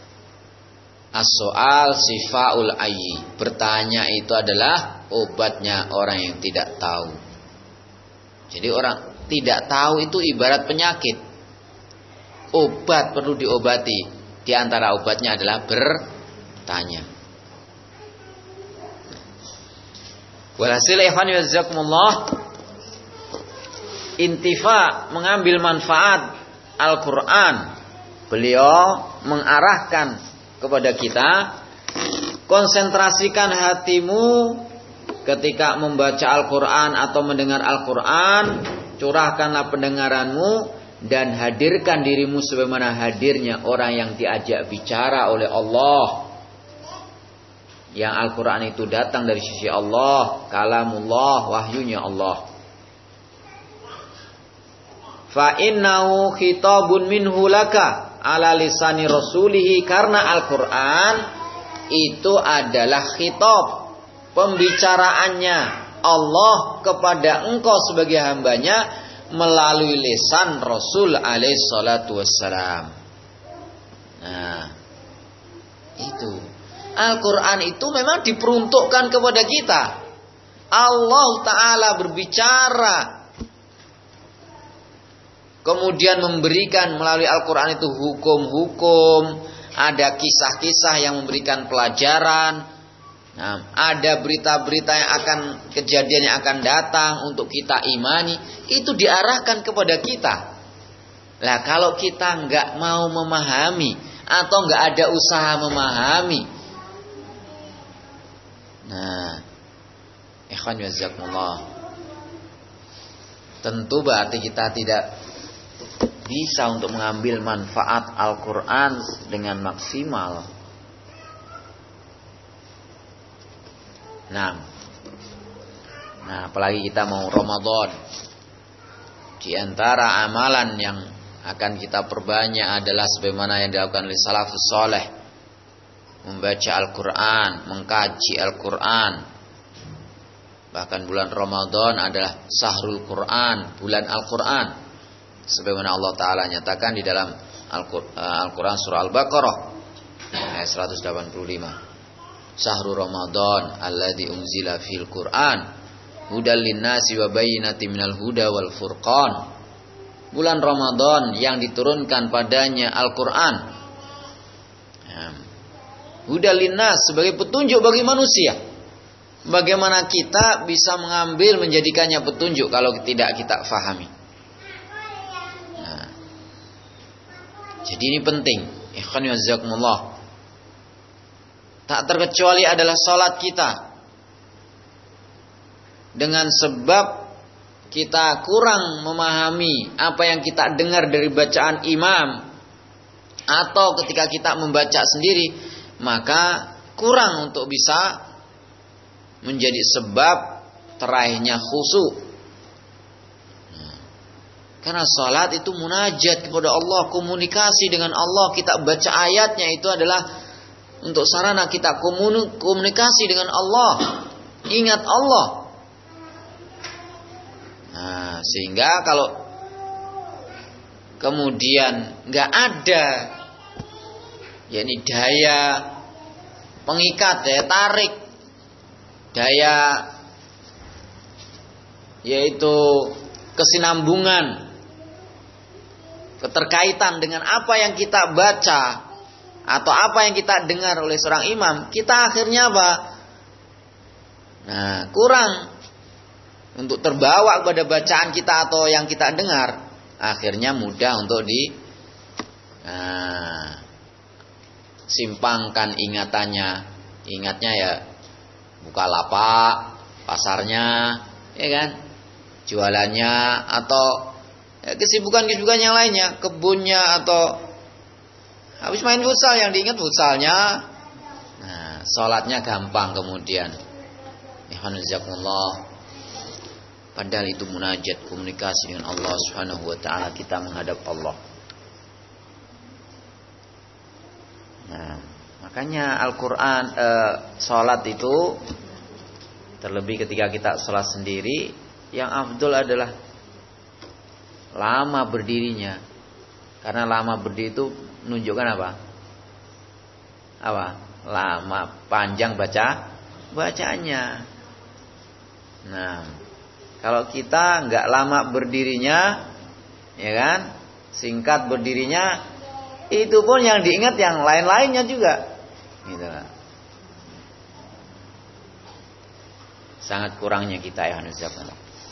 as-soal sifaul ayyi, bertanya itu adalah obatnya orang yang tidak tahu. Jadi orang tidak tahu itu ibarat penyakit. Obat perlu diobati. Di antara obatnya adalah bertanya. Walhasil ikhwan jazakumullah, intifa, mengambil manfaat Al-Quran, beliau mengarahkan kepada kita, konsentrasikan hatimu ketika membaca Al-Quran atau mendengar Al-Quran, curahkanlah pendengaranmu dan hadirkan dirimu sebagaimana hadirnya orang yang diajak bicara oleh Allah. Yang Al-Quran itu datang dari sisi Allah, kalamullah, wahyunya Allah. Fa innahu khitabun minhu laka ala lisani rasulihi, karena Al-Quran itu adalah khitab, pembicaraannya Allah kepada engkau sebagai hambanya melalui lisan Rasul alaihi salatu wassalam. Nah, itu Al-Quran itu memang diperuntukkan kepada kita. Allah Ta'ala berbicara, kemudian memberikan melalui Al-Quran itu hukum-hukum, ada kisah-kisah yang memberikan pelajaran. Nah, ada berita-berita yang akan, kejadian yang akan datang untuk kita imani, itu diarahkan kepada kita. Nah, kalau kita nggak mau memahami atau nggak ada usaha memahami, nah, ikhwan jazakumullah, tentu berarti kita tidak bisa untuk mengambil manfaat Al-Quran dengan maksimal. Nah, Nah, apalagi kita mau Ramadan. Di antara amalan yang akan kita perbanyak adalah sebagaimana yang dilakukan oleh salafus saleh, membaca Al-Qur'an, mengkaji Al-Qur'an. Bahkan bulan Ramadan adalah Syahrul Qur'an, bulan Al-Qur'an. Sebagaimana Allah Ta'ala nyatakan di dalam Al-Qur'an surah Al-Baqarah ayat seratus delapan puluh lima. Syahrul Ramadan alladzi unzila fil Qur'an hudal linnasi wa bayyinatin minal huda wal furqan. Bulan Ramadan yang diturunkan padanya Al-Qur'an. Hudal linnas sebagai petunjuk bagi manusia. Bagaimana kita bisa mengambil menjadikannya petunjuk kalau tidak kita fahami. Nah, jadi ini penting. Ikhwan jazakumullah. Tak terkecuali adalah salat kita. Dengan sebab kita kurang memahami apa yang kita dengar dari bacaan imam, atau ketika kita membaca sendiri, maka kurang untuk bisa menjadi sebab teraihnya khusyuk. Nah, karena salat itu munajat kepada Allah, komunikasi dengan Allah. Kita baca ayatnya itu adalah untuk sarana kita komunikasi dengan Allah, ingat Allah. Nah, sehingga kalau kemudian nggak ada, yakni daya pengikat, daya tarik, daya yaitu kesinambungan, keterkaitan dengan apa yang kita baca atau apa yang kita dengar oleh seorang imam, kita akhirnya apa? Nah, kurang untuk terbawa kepada bacaan kita atau yang kita dengar, akhirnya mudah untuk di nah, simpangkan ingatannya. Ingatnya ya buka lapak, pasarnya, ya kan, jualannya, atau ya, kesibukan-kesibukan yang lainnya, kebunnya, atau habis main futsal yang diingat futsalnya. Nah, sholatnya gampang kemudian. Alhamdulillah. Padahal itu munajat, komunikasi dengan Allah Subhanahu wa taala, kita menghadap Allah. Nah, makanya Al-Qur'an eh, salat itu terlebih ketika kita salat sendiri, yang afdol adalah lama berdirinya. Karena lama berdiri itu menunjukkan apa? Apa? Lama, panjang baca bacaannya. Nah, kalau kita nggak lama berdirinya, ya kan, singkat berdirinya, itu pun yang diingat yang lain-lainnya juga, gitu lah. Sangat kurangnya kita ya Hanuzabana.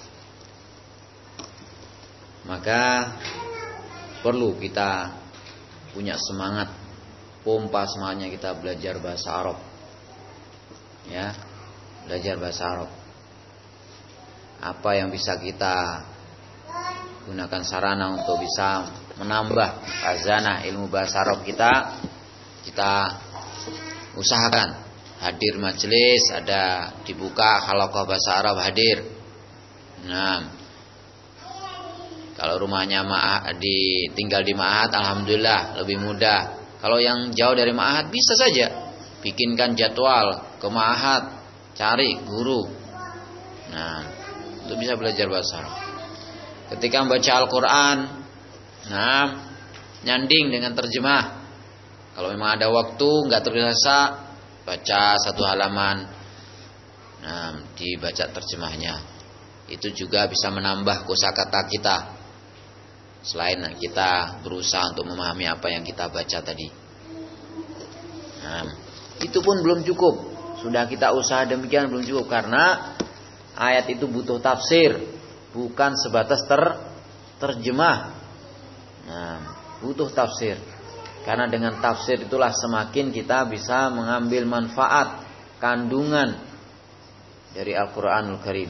Maka perlu kita punya semangat, pompa semangatnya kita belajar bahasa Arab, ya, belajar bahasa Arab. Apa yang bisa kita gunakan sarana untuk bisa menambah khazanah ilmu bahasa Arab kita, kita usahakan hadir majelis, ada dibuka halaqah bahasa Arab, hadir. Nah, kalau rumahnya ma'ahad, di tinggal di ma'ahad, alhamdulillah lebih mudah. Kalau yang jauh dari ma'ahad, bisa saja bikinkan jadwal ke ma'ahad, cari guru. Nah, untuk bisa belajar bahasa Arab. Ketika membaca Al-Quran, nah, nyanding dengan terjemah. Kalau memang ada waktu, nggak terbiasa, baca satu halaman, nah, dibaca terjemahnya. Itu juga bisa menambah kosakata kita. Selain kita berusaha untuk memahami apa yang kita baca tadi. Nah, itu pun belum cukup. Sudah kita usaha demikian belum cukup, karena ayat itu butuh tafsir, bukan sebatas ter terjemah. Nah, butuh tafsir. Karena dengan tafsir itulah semakin kita bisa mengambil manfaat, kandungan dari Al-Qur'anul Karim.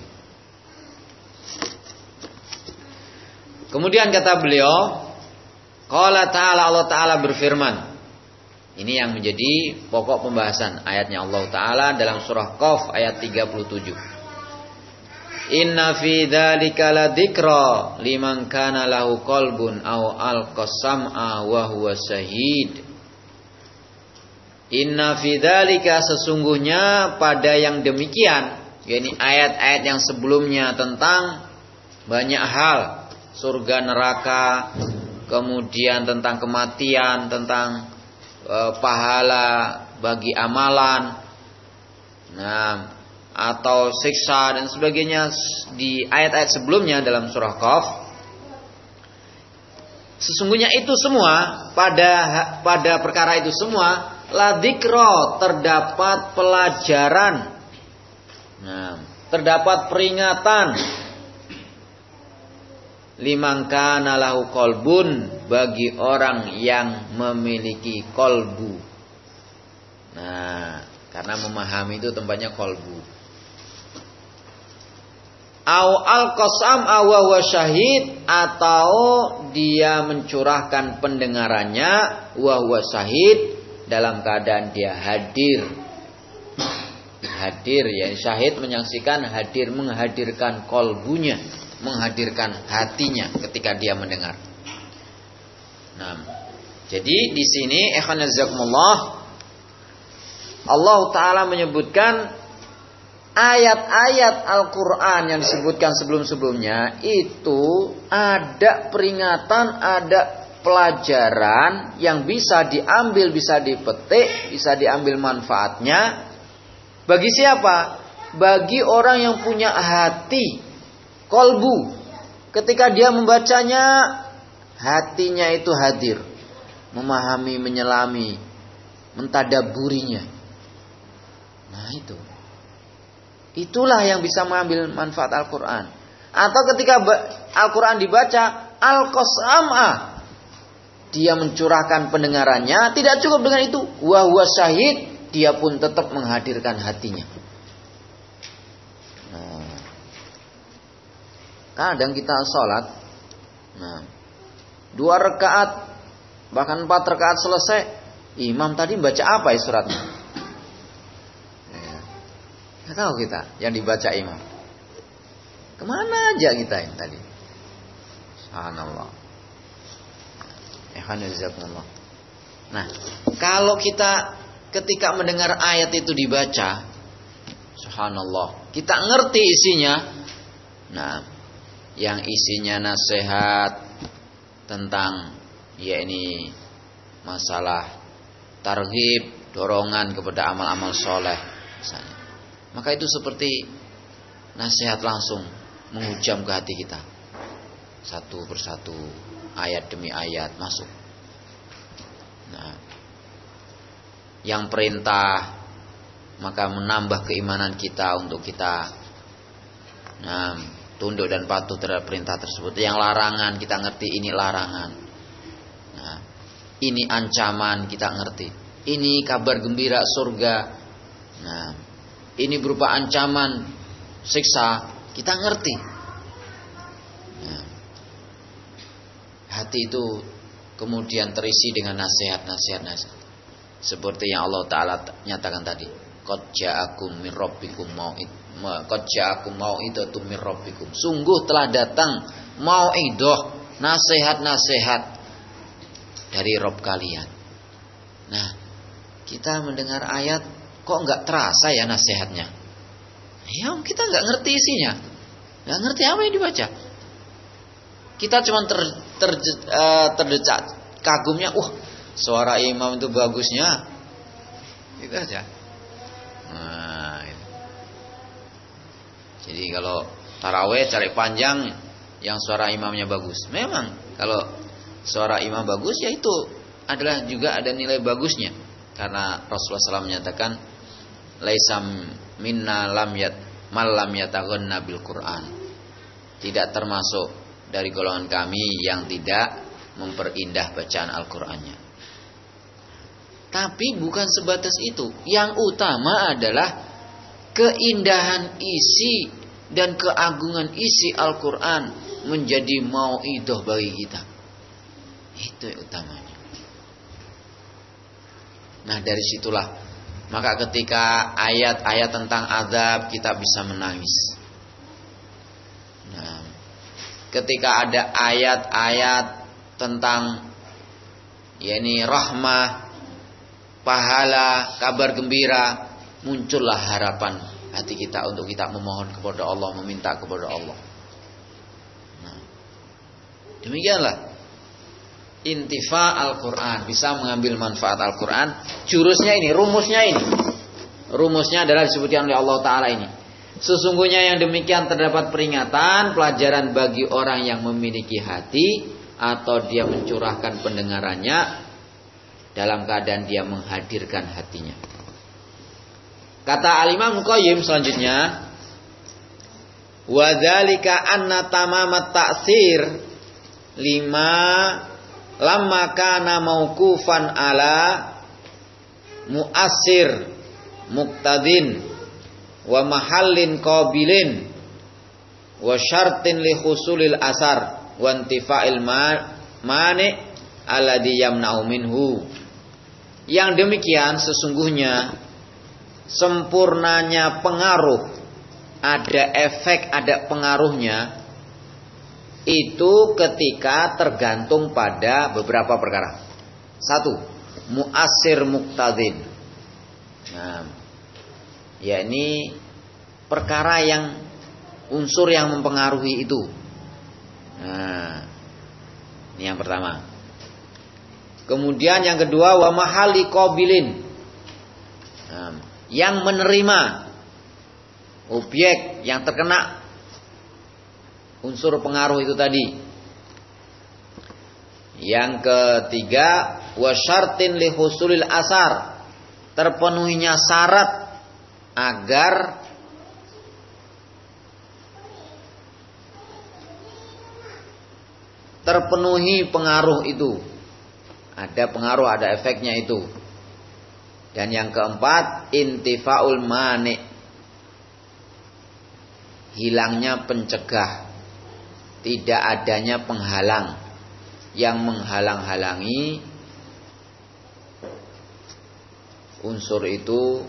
Kemudian kata beliau, qala ta'ala, Allah Ta'ala berfirman. Ini yang menjadi pokok pembahasan ayatnya Allah Ta'ala dalam surah Qaf ayat tiga puluh tujuh. Inna fi dzalika ladzikra liman kana lahu qalbun aw alqasam'a wa huwa syahid. Inna fi dzalika, sesungguhnya pada yang demikian, yakni ayat-ayat yang sebelumnya tentang banyak hal, surga neraka, kemudian tentang kematian, tentang e, pahala bagi amalan, nah, atau siksa dan sebagainya di ayat-ayat sebelumnya dalam surah Qaf. Sesungguhnya itu semua, pada pada perkara itu semua, la dzikra, terdapat pelajaran. Nah, terdapat peringatan. Liman kana lahu qalbun, bagi orang yang memiliki kolbu. Nah, karena memahami itu tempatnya kolbu. Au al-qasam wa huwa syahid, atau dia mencurahkan pendengarannya wa huwa syahid, dalam keadaan dia hadir. Hadir, ya, syahid menyaksikan, hadir menghadirkan kolbunya, menghadirkan hatinya ketika dia mendengar. Nah, jadi di sini ikhwan jazakumullah, Allah Ta'ala menyebutkan ayat-ayat Al-Quran yang disebutkan sebelum-sebelumnya itu ada peringatan, ada pelajaran yang bisa diambil, bisa dipetik, bisa diambil manfaatnya. Bagi siapa? Bagi orang yang punya hati, kolbu. Ketika dia membacanya, hatinya itu hadir, memahami, menyelami, mentadaburinya. Nah itu. Itulah yang bisa mengambil manfaat Al-Quran. Atau ketika Al-Quran dibaca, al-qasam'a, dia mencurahkan pendengarannya. Tidak cukup dengan itu, wa huwa syahid, dia pun tetap menghadirkan hatinya. Nah, kadang kita sholat, nah, dua rakaat, bahkan empat rakaat selesai, imam tadi baca apa ya suratnya? Nggak tahu kita yang dibaca imam. Kemana aja kita yang tadi? Subhanallah. Alhamdulillah. Nah, kalau kita ketika mendengar ayat itu dibaca, subhanallah, kita ngerti isinya. Nah, yang isinya nasihat tentang, ya ini masalah targhib, dorongan kepada amal-amal soleh, misalnya. Maka itu seperti nasihat langsung menghujam ke hati kita. Satu persatu, ayat demi ayat masuk. Nah, yang perintah maka menambah keimanan kita untuk kita, nah, tunduk dan patuh terhadap perintah tersebut. Yang larangan kita ngerti ini larangan. Nah, ini ancaman kita ngerti. Ini kabar gembira surga. Nah, ini berupa ancaman siksa, kita ngerti. Nah, hati itu kemudian terisi dengan nasihat-nasihat nasihat. Seperti yang Allah Ta'ala nyatakan tadi, qad ja'akum min rabbikum mau'id, qad ja'akum mau'idatun min rabbikum. Sungguh telah datang mau'idah, nasihat-nasihat dari Rabb kalian. Nah, kita mendengar ayat, kok nggak terasa ya nasihatnya? Ya, kita nggak ngerti isinya, nggak ngerti apa yang dibaca. Kita cuma ter, ter, uh, terdecak kagumnya, wah, suara imam itu bagusnya, itu aja. Nah, itu. Jadi kalau taraweh cari panjang, yang suara imamnya bagus. Memang kalau suara imam bagus, ya itu adalah juga ada nilai bagusnya, karena Rasulullah shallallahu alaihi wasallam menyatakan, laisam minna lam yat mal lam yataghanna bil Quran. Tidak termasuk dari golongan kami yang tidak memperindah bacaan Al-Qur'annya. Tapi bukan sebatas itu. Yang utama adalah keindahan isi dan keagungan isi Al-Qur'an menjadi mau'idah bagi kita. Itu yang utamanya. Nah, dari situlah maka ketika ayat-ayat tentang azab kita bisa menangis. ketika ada ayat-ayat tentang yakni rahmah, pahala, kabar gembira, muncullah harapan hati kita untuk kita memohon kepada Allah, meminta kepada Allah. Nah, demikianlah intifa Al-Quran, bisa mengambil manfaat Al-Quran. Jurusnya ini, rumusnya ini. Rumusnya adalah disebutkan oleh Allah Ta'ala ini. Sesungguhnya yang demikian terdapat peringatan, pelajaran bagi orang yang memiliki hati atau dia mencurahkan pendengarannya dalam keadaan dia menghadirkan hatinya. Kata Al-Imam Qayyim selanjutnya, wa dzalika anna tamamat ta'sir lima lamma kana mauqufan ala mu'assir muqtadin wa mahallin qabilin wa syartin li husulil asar wa intifa'il mani alladhi yamna'u minhu. Yang demikian sesungguhnya sempurnanya pengaruh, ada efek, ada pengaruhnya, itu ketika tergantung pada beberapa perkara. Satu, mu'assir muqtadin. Nah, yakni perkara yang unsur yang mempengaruhi itu. Nah, ini yang pertama. Kemudian yang kedua, wa mahali qabilin. Nah, yang menerima objek yang terkena unsur pengaruh itu tadi. Yang ketiga, wasyartin li husulil asar, terpenuhinya syarat agar terpenuhi pengaruh itu. Ada pengaruh, ada efeknya itu. Dan yang keempat, intifaul mani, hilangnya pencegah, tidak adanya penghalang yang menghalang-halangi unsur itu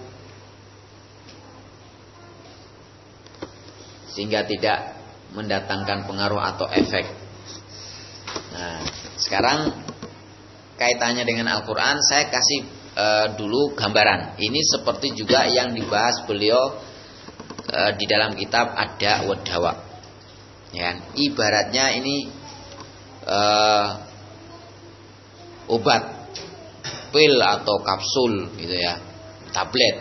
sehingga tidak mendatangkan pengaruh atau efek. Nah, sekarang kaitannya dengan Al-Quran, saya kasih uh, dulu gambaran. Ini seperti juga yang dibahas beliau uh, di dalam kitab Ad-Da' wa Dawa. Ya, ibaratnya ini uh, obat, pil atau kapsul gitu ya, tablet.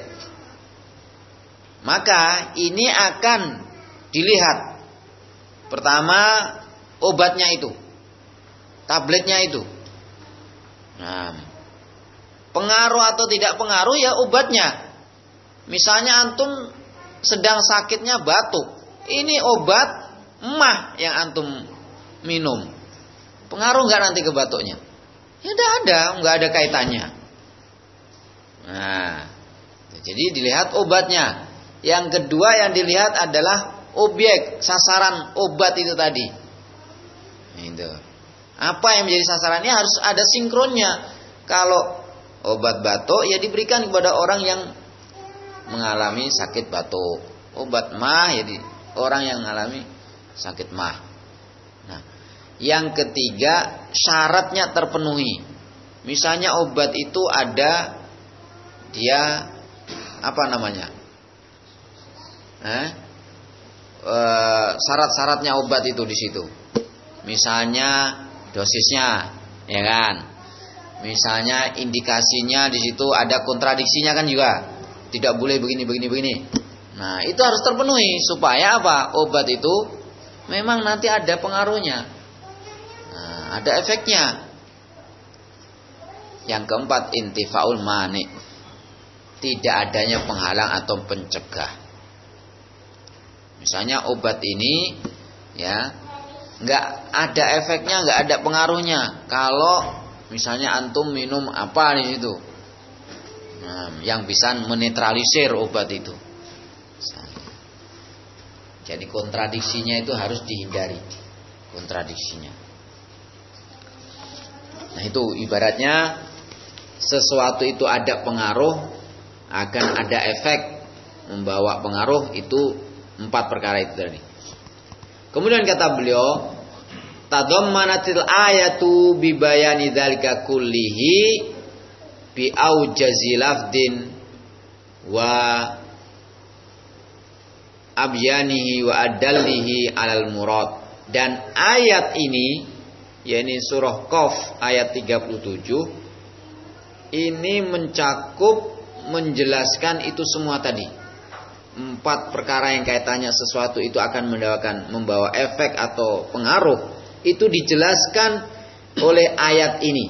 Maka ini akan dilihat pertama obatnya itu, tabletnya itu. Nah, pengaruh atau tidak pengaruh ya obatnya. Misalnya antum sedang sakitnya batuk, ini obat emah yang antum minum, pengaruh nggak nanti ke batuknya? Ya tidak ada, nggak ada kaitannya. Nah, jadi dilihat obatnya. Yang kedua yang dilihat adalah objek, sasaran obat itu tadi. Itu. Apa yang menjadi sasarannya harus ada sinkronnya. Kalau obat batuk ya diberikan kepada orang yang mengalami sakit batuk. Obat mah ya di orang yang mengalami sakit mah. Nah, yang ketiga syaratnya terpenuhi. Misalnya obat itu ada dia apa namanya? Eh? E, syarat-syaratnya obat itu di situ. Misalnya dosisnya, ya kan? Misalnya indikasinya di situ ada kontradiksinya kan juga. Tidak boleh begini begini begini. Nah, itu harus terpenuhi supaya apa? Obat itu memang nanti ada pengaruhnya, nah, ada efeknya. Yang keempat, intifaul mani, tidak adanya penghalang atau pencegah. Misalnya obat ini, ya, nggak ada efeknya, nggak ada pengaruhnya. Kalau misalnya antum minum apa di situ, nah, yang bisa menetralisir obat itu. Jadi kontradiksinya itu harus dihindari, kontradiksinya. Nah, itu ibaratnya sesuatu itu ada pengaruh, akan ada efek, membawa pengaruh, itu empat perkara itu tadi. Kemudian kata beliau, tadammanatil ayatu bi bayani dzalika kullihi bi aujazi lafdin wa abyanihi wa adallihi alal murad. Dan ayat ini, yakni surah Qaf ayat tiga puluh tujuh, ini mencakup, menjelaskan itu semua tadi. Empat perkara yang kaitannya sesuatu itu akan mendawakan, membawa efek atau pengaruh, itu dijelaskan oleh ayat ini.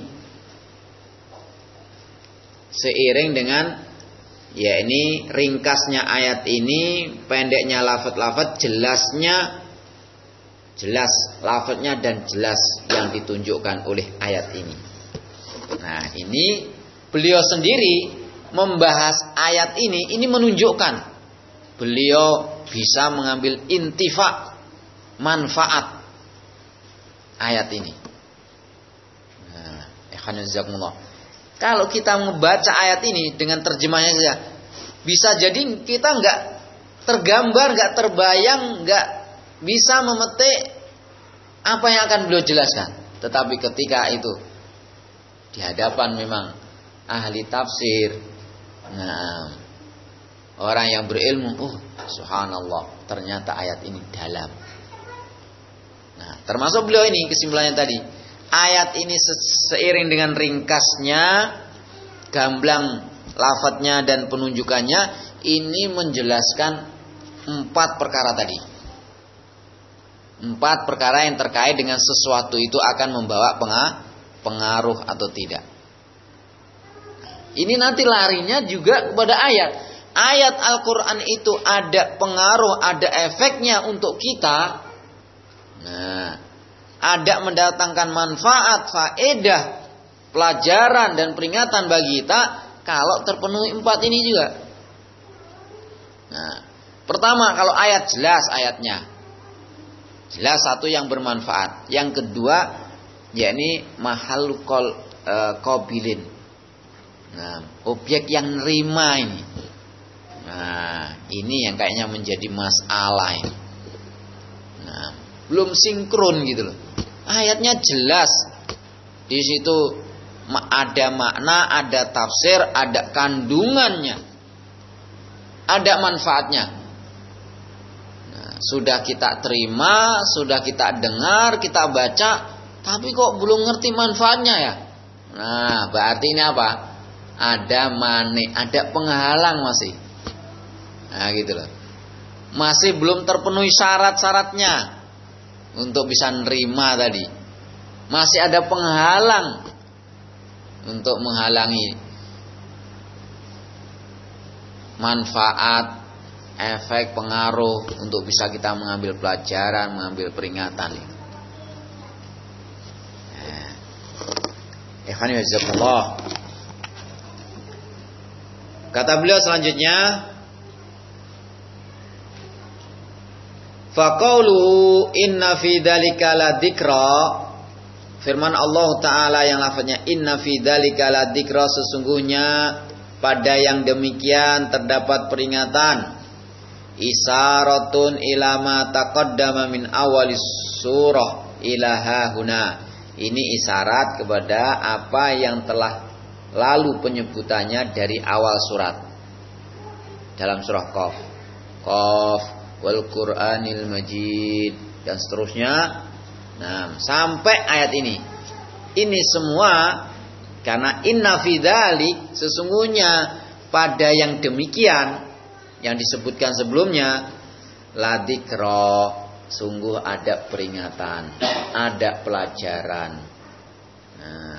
Seiring dengan, ya ini ringkasnya ayat ini, pendeknya lafaz-lafaz, jelasnya jelas lafaznya dan jelas yang ditunjukkan oleh ayat ini. Nah, ini beliau sendiri membahas ayat ini, ini menunjukkan beliau bisa mengambil intifa, manfaat ayat ini. Nah, ikhwanizakumullah. Kalau kita membaca ayat ini dengan terjemahnya saja, bisa jadi kita nggak tergambar, nggak terbayang, nggak bisa memetik apa yang akan beliau jelaskan. Tetapi ketika itu di hadapan memang ahli tafsir, nah, orang yang berilmu, oh subhanallah, ternyata ayat ini dalam. Nah, termasuk beliau ini kesimpulannya tadi. Ayat ini seiring dengan ringkasnya, gamblang lafadznya dan penunjukannya, ini menjelaskan empat perkara tadi. Empat perkara yang terkait dengan sesuatu itu akan membawa pengaruh atau tidak. Ini nanti larinya juga kepada ayat. Ayat Al-Quran itu ada pengaruh, ada efeknya untuk kita. Nah, ada mendatangkan manfaat, faedah, pelajaran dan peringatan bagi kita kalau terpenuhi empat ini juga. Nah, pertama, kalau ayat jelas ayatnya, jelas satu yang bermanfaat. Yang kedua, yakni mahal kol e, kobilin. Nah, objek yang nerima ini. Nah, ini yang kayaknya menjadi masalah ini. Nah, belum sinkron gitu loh. Ayatnya jelas. Di situ ada makna, ada tafsir, ada kandungannya, ada manfaatnya. Nah, sudah kita terima, sudah kita dengar, kita baca, tapi kok belum ngerti manfaatnya ya? Nah, berarti ini apa? Ada mane, ada penghalang masih. Nah, gitu loh. Masih belum terpenuhi syarat-syaratnya untuk bisa nerima tadi. Masih ada penghalang untuk menghalangi manfaat, efek, pengaruh untuk bisa kita mengambil pelajaran, mengambil peringatan. Ikhwani wajazakallah. Kata beliau selanjutnya, faqauluhu inna fi dzalika ladzikra, firman Allah Ta'ala yang lafaznya inna fi dzalika ladzikra, sesungguhnya pada yang demikian terdapat peringatan, isaratun ila ma taqaddama min awalis surah ila hahuna, ini isyarat kepada apa yang telah lalu penyebutannya dari awal surat dalam surah Qaf, Qaf wal Qur'anil Majid dan seterusnya. Nah, sampai ayat ini. Ini semua karena inna fi dzalik, sesungguhnya pada yang demikian yang disebutkan sebelumnya, ladzikra, sungguh ada peringatan, ada pelajaran. Nah,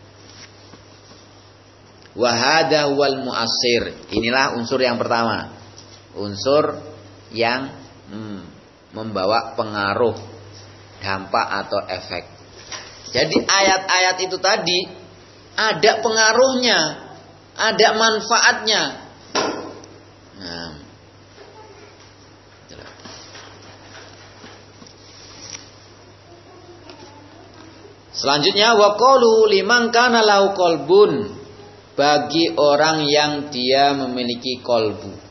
wa hadza wal mu'assir, inilah unsur yang pertama. Unsur yang hmm, membawa pengaruh, dampak atau efek. Jadi ayat-ayat itu tadi ada pengaruhnya, ada manfaatnya. Nah, selanjutnya waqalu liman kana lahu qalbun, bagi orang yang dia memiliki kolbu.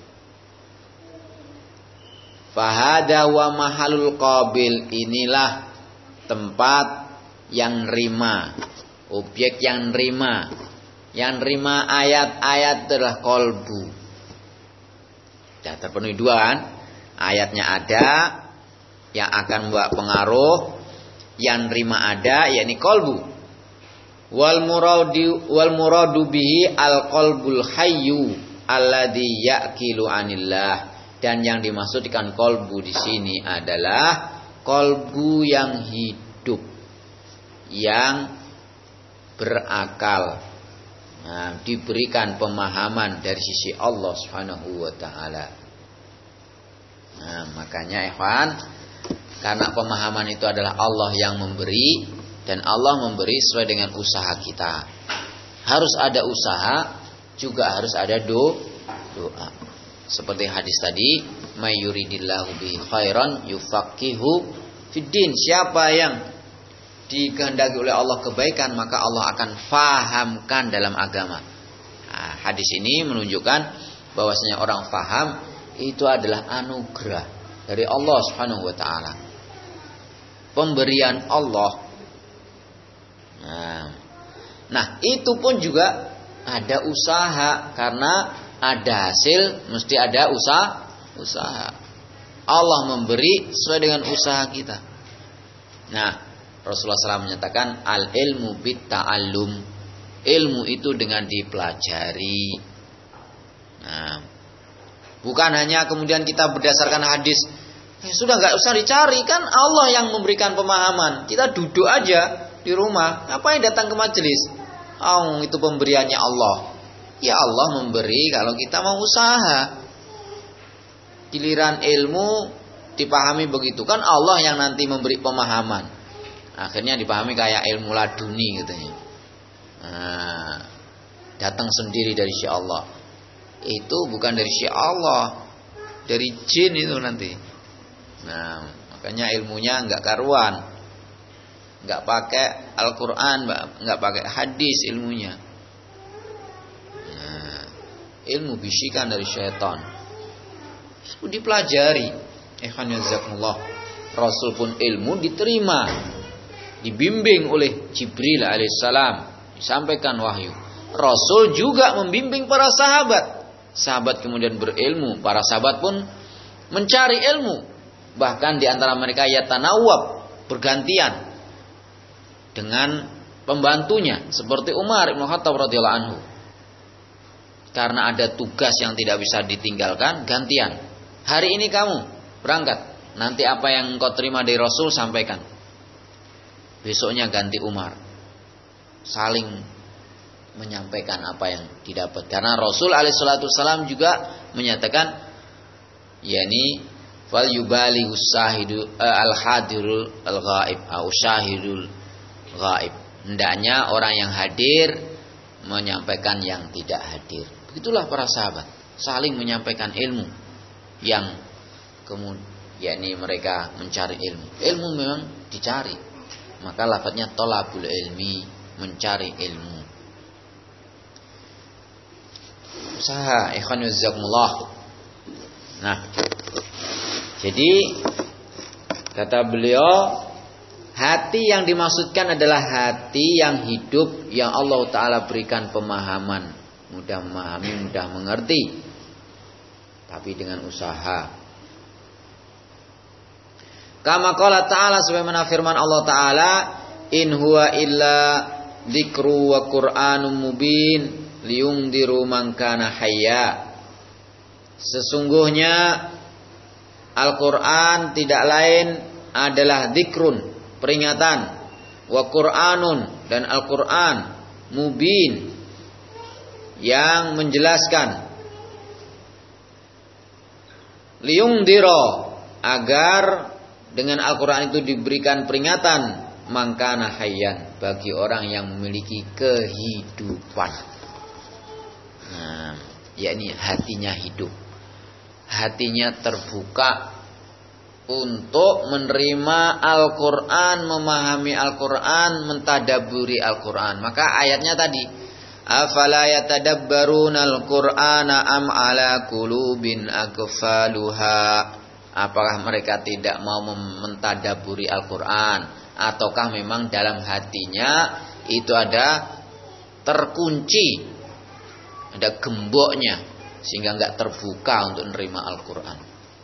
Fahada wa mahalul qabil, inilah tempat yang nerima, objek yang nerima. Yang nerima ayat-ayat adalah kolbu. Sudah terpenuhi dua kan? Ayatnya ada yang akan membawa pengaruh, yang nerima ada yakni kolbu. Wal muradu wal muradu bihi al qalbul hayyu alladhi yaqilu anillah. Dan yang dimaksudkan kolbu di sini adalah kolbu yang hidup, yang berakal, nah, diberikan pemahaman dari sisi Allah Subhanahu wa taala. Nah, makanya ikhwan, karena pemahaman itu adalah Allah yang memberi, dan Allah memberi sesuai dengan usaha kita. Harus ada usaha, juga harus ada do, doa. Seperti hadis tadi, may yuridillahu bihi khairan yufaqihu fiddin. Siapa yang dikehendaki oleh Allah kebaikan, maka Allah akan fahamkan dalam agama. Nah, hadis ini menunjukkan bahwasanya orang faham itu adalah anugerah dari Allah Subhanahu wa taala. Pemberian Allah. Nah, nah itu pun juga ada usaha, karena ada hasil mesti ada usaha. Usaha. Allah memberi sesuai dengan usaha kita. Nah, Rasulullah shallallahu alaihi wasallam menyatakan al ilmu bit ta'allum. Ilmu itu dengan dipelajari. Nah, bukan hanya kemudian kita berdasarkan hadis, eh, sudah nggak usah dicari, kan Allah yang memberikan pemahaman. Kita duduk aja di rumah, ngapain datang ke majelis? Oh, itu pemberiannya Allah. Ya Allah memberi kalau kita mau usaha. Giliran ilmu dipahami begitu, kan Allah yang nanti memberi pemahaman. Akhirnya dipahami kayak ilmu laduni katanya. Nah, datang sendiri dari Sya Allah. Itu bukan dari Sya Allah, dari jin itu nanti. Nah, makanya ilmunya enggak karuan. Enggak pakai Al-Qur'an, enggak pakai hadis ilmunya. Ilmu bisikan dari syaitan. Dipelajari. Ikhwan jazakumullah. Rasul pun ilmu diterima, dibimbing oleh Jibril alaihissalam, disampaikan wahyu. Rasul juga membimbing para sahabat. Sahabat kemudian berilmu, para sahabat pun mencari ilmu. Bahkan di antara mereka yatanawwab, bergantian dengan pembantunya seperti Umar bin Khattab radhiyallahu anhu. Karena ada tugas yang tidak bisa ditinggalkan, gantian. Hari ini kamu berangkat, nanti apa yang engkau terima dari Rasul sampaikan. Besoknya ganti Umar. Saling menyampaikan apa yang didapat. Karena Rasul alaihi salatu wasallam juga menyatakan, yakni fal yubali usahidu al hadirul al ghaib au syahidul ghaib. Hendaknya orang yang hadir menyampaikan yang tidak hadir. Begitulah para sahabat saling menyampaikan ilmu yang kemudian yakni mereka mencari ilmu. Ilmu memang dicari. Maka lafadznya thalabul ilmi, mencari ilmu. Usaha ikhwan jazakumullah. Nah, jadi kata beliau, hati yang dimaksudkan adalah hati yang hidup, yang Allah Ta'ala berikan pemahaman, mudah memahami, mudah mengerti, tapi dengan usaha. Kama qala ta'ala, sebagaimana firman Allah Ta'ala, in huwa illa dzikru wa qur'anum mubin liyundiru man kana hayya. Sesungguhnya Al-Qur'an tidak lain adalah dzikrun, peringatan, wa Qur'anun, dan Al-Qur'an mubin, yang menjelaskan, liyungdiro, agar dengan Al-Qur'an itu diberikan peringatan, mangkana hayyan, bagi orang yang memiliki kehidupan. Nah, yakni hatinya hidup, hatinya terbuka untuk menerima Al-Qur'an, memahami Al-Qur'an, mentadaburi Al-Qur'an. Maka ayatnya tadi, afala yatadabbaruna al-Qur'ana am ala qulubin aqfaluha. Apakah mereka tidak mau mentadaburi Al-Qur'an, ataukah memang dalam hatinya itu ada terkunci, ada gemboknya sehingga enggak terbuka untuk menerima Al-Qur'an.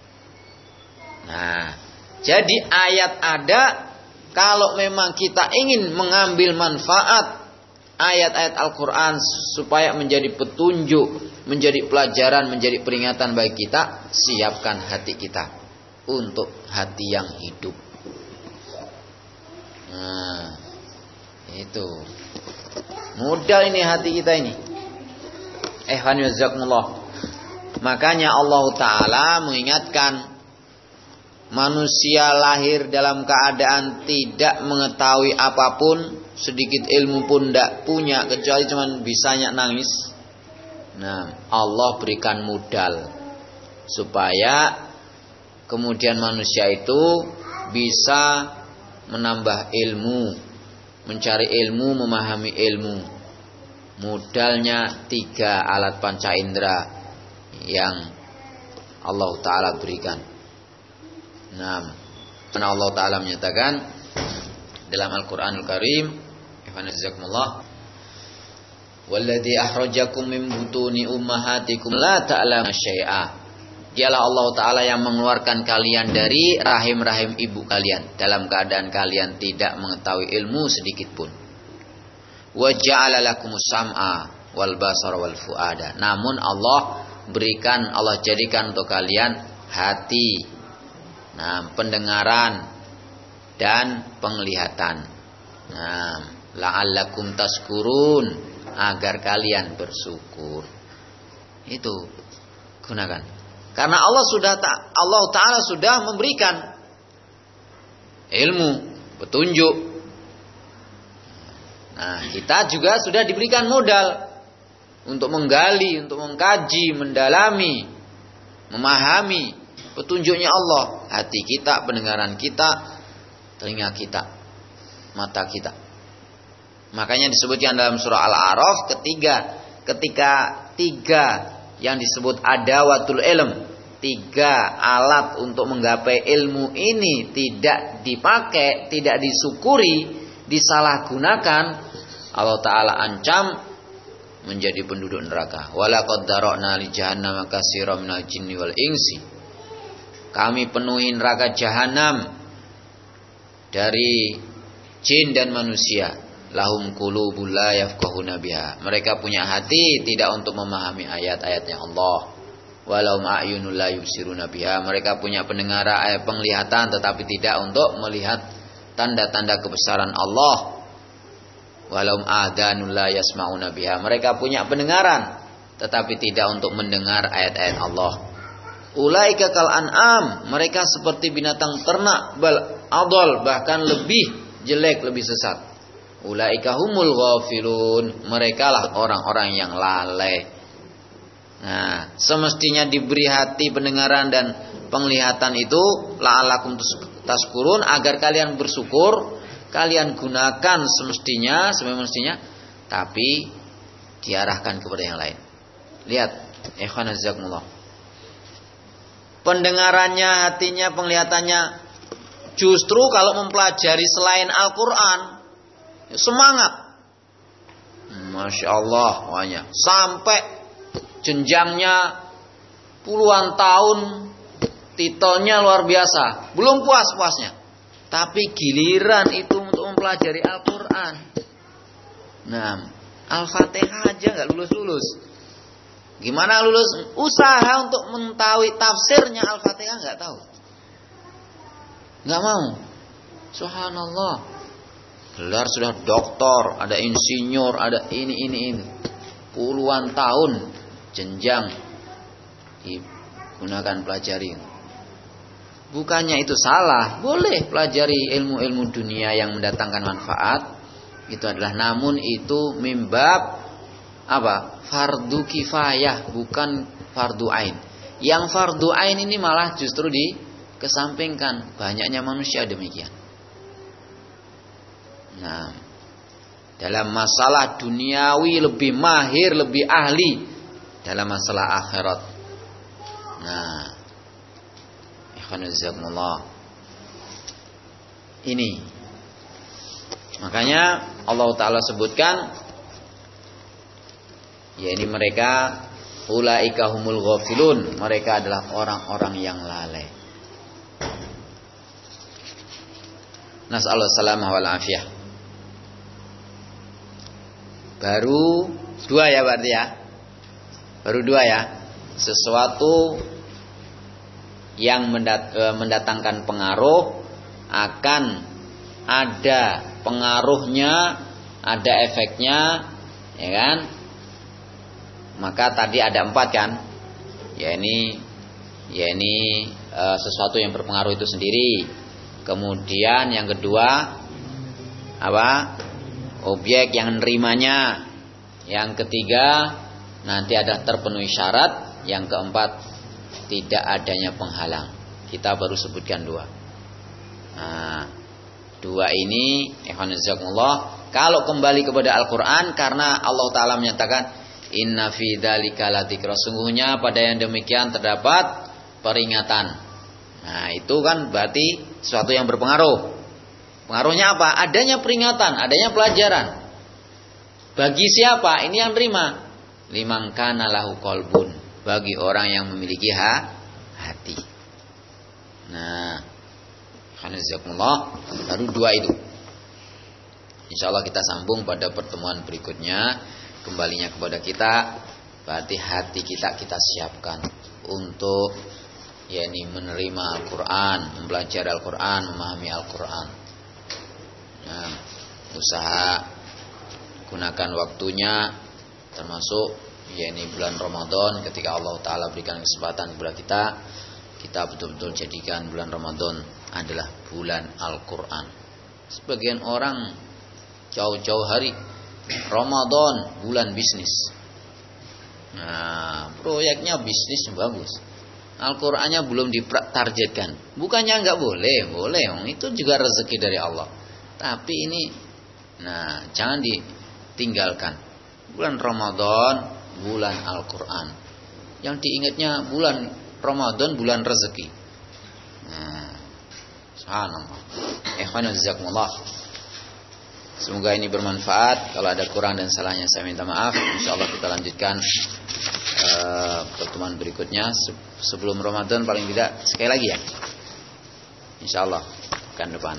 Nah, jadi ayat ada kalau memang kita ingin mengambil manfaat ayat-ayat Al-Qur'an supaya menjadi petunjuk, menjadi pelajaran, menjadi peringatan bagi kita, siapkan hati kita untuk hati yang hidup. Nah, itu modal ini hati kita ini. Ehwan jazakumullah. Makanya Allah Ta'ala mengingatkan manusia lahir dalam keadaan tidak mengetahui apapun, sedikit ilmu pun tidak punya kecuali cuma bisanya nangis. Nah, Allah berikan modal supaya kemudian manusia itu bisa menambah ilmu, mencari ilmu, memahami ilmu. Modalnya tiga alat panca indera yang Allah Ta'ala berikan. Nah, karena Allah Ta'ala menyatakan dalam Al-Quranul Karim, "Walladzi akhrajakum min butuni ummahatikum la ta'lamuna syai'a." Dialah Allah Ta'ala yang mengeluarkan kalian dari rahim-rahim ibu kalian dalam keadaan kalian tidak mengetahui ilmu sedikit pun. Wa ja'ala lakumus sam'a wal basara wal fuada. Namun Allah berikan, Allah jadikan untuk kalian hati, nah, pendengaran dan penglihatan. Nah, la'allakum tashkurun, agar kalian bersyukur. Itu gunakan. Karena Allah sudah Allah Ta'ala sudah memberikan ilmu, petunjuk. Nah, kita juga sudah diberikan modal untuk menggali, untuk mengkaji, mendalami, memahami petunjuknya Allah. Hati kita, pendengaran kita, telinga kita, mata kita. Makanya disebutkan dalam surah Al-A'raf ketiga, ketika tiga yang disebut adawatul ilm, tiga alat untuk menggapai ilmu ini tidak dipakai, tidak disyukuri, disalahgunakan, Allah Ta'ala ancam menjadi penduduk neraka. Walaqad dara'na li jahannama katsiran minal jinni wal insi. Kami penuhi neraka jahanam dari jin dan manusia. Lahum qulubul la yafqahuna biha. Mereka punya hati tidak untuk memahami ayat-ayatnya Allah. Walahum a'yunul la yubsiruna biha. Mereka punya pendengaran, eh, penglihatan tetapi tidak untuk melihat tanda-tanda kebesaran Allah. Walahum adhanul la yasma'una biha. Mereka punya pendengaran tetapi tidak untuk mendengar ayat-ayat Allah. Ulaika kal an'am, mereka seperti binatang ternak, bal adol, bahkan lebih jelek, lebih sesat. Ulaika humul ghafilun, mereka lah orang-orang yang lalai. Nah, semestinya diberi hati, pendengaran dan penglihatan itu la'alakum tashkurun, agar kalian bersyukur, kalian gunakan semestinya, semestinya, tapi diarahkan kepada yang lain. Lihat, ikhwan jazakumullah. Pendengarannya, hatinya, penglihatannya, justru kalau mempelajari selain Al-Quran, semangat, Masya Allah, banyak. Sampai jenjangnya puluhan tahun, titelnya luar biasa, belum puas-puasnya. Tapi giliran itu untuk mempelajari Al-Quran, nah, Al-Fatihah aja gak lulus-lulus. Gimana lulus? Usaha untuk mengetahui tafsirnya Al-Fatihah gak tahu, gak mau. Subhanallah. Gelar sudah doktor, ada insinyur, ada ini, ini, ini. Puluhan tahun jenjang digunakan pelajari. Bukannya itu salah, boleh pelajari ilmu-ilmu dunia yang mendatangkan manfaat. Itu adalah, namun itu mimbab apa? Fardu kifayah, bukan fardu ain. Yang fardu ain ini malah justru dikesampingkan. Banyaknya manusia demikian. Nah, dalam masalah duniawi lebih mahir, lebih ahli dalam masalah akhirat. Nah, ikhwanuzzaqullah, ini Makanya Allah Ta'ala sebutkan, ya ini mereka ulaika humul ghafilun, mereka adalah orang-orang yang lalai. Nas'alullah salamah wal afiyah. Baru dua ya berarti ya. Baru dua ya. Sesuatu yang mendat- mendatangkan pengaruh akan ada pengaruhnya, ada efeknya, ya kan? Maka tadi ada empat kan? Ya ini, ya ini e, sesuatu yang berpengaruh itu sendiri. Kemudian yang kedua apa? Objek yang menerimanya. Yang ketiga nanti ada terpenuhi syarat. Yang keempat tidak adanya penghalang. Kita baru sebutkan dua. Nah, dua ini ikhwanizakumullah, kalau kembali kepada Al-Quran, karena Allah Ta'ala menyatakan inna fi dzalika ladzikra, sungguhnya pada yang demikian terdapat peringatan. Nah itu kan berarti sesuatu yang berpengaruh. Pengaruhnya apa? Adanya peringatan, adanya pelajaran. Bagi siapa? Ini yang terima. Liman kana lahu qalbun, bagi orang yang memiliki ha, hati. Nah, alhamdulillah, baru dua itu. Insyaallah kita sambung pada pertemuan berikutnya. Kembalinya kepada kita, berarti hati kita kita siapkan untuk yakni menerima Al-Quran, mempelajari Al-Quran, memahami Al-Quran. Nah, usaha gunakan waktunya, termasuk yakni bulan Ramadan, ketika Allah Ta'ala berikan kesempatan kepada kita, kita betul-betul jadikan bulan Ramadan adalah bulan Al-Quran. Sebagian orang jauh-jauh hari Ramadan bulan bisnis. Nah, proyeknya bisnis bagus. Al-Qur'annya belum ditargetkan. Bukannya enggak boleh, boleh. Itu juga rezeki dari Allah. Tapi ini, nah, jangan ditinggalkan. Bulan Ramadan, bulan Al-Qur'an. Yang diingatnya bulan Ramadan, bulan rezeki. Nah, subhanallah. Ikhwan jazakumullah. Semoga ini bermanfaat. Kalau ada kurang dan salahnya saya minta maaf. InsyaAllah kita lanjutkan uh, pertemuan berikutnya sebelum Ramadan, paling tidak sekali lagi ya, InsyaAllah akan depan.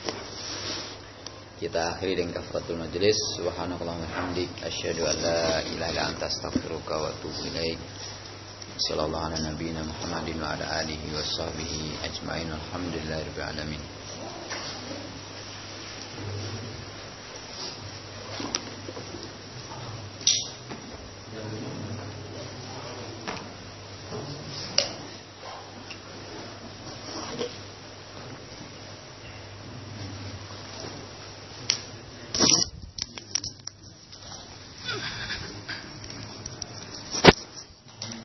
Kita akhiri dengan kafaratul majlis. Subhanakallahumma wa bihamdik, asyhadu an la ilaha illa anta, astaghfiruka wa atubu ilaik. Sallallahu ala nabiyyina Muhammadin wa ala alihi wa sahbihi ajma'in. Alhamdulillahirabbil alamin.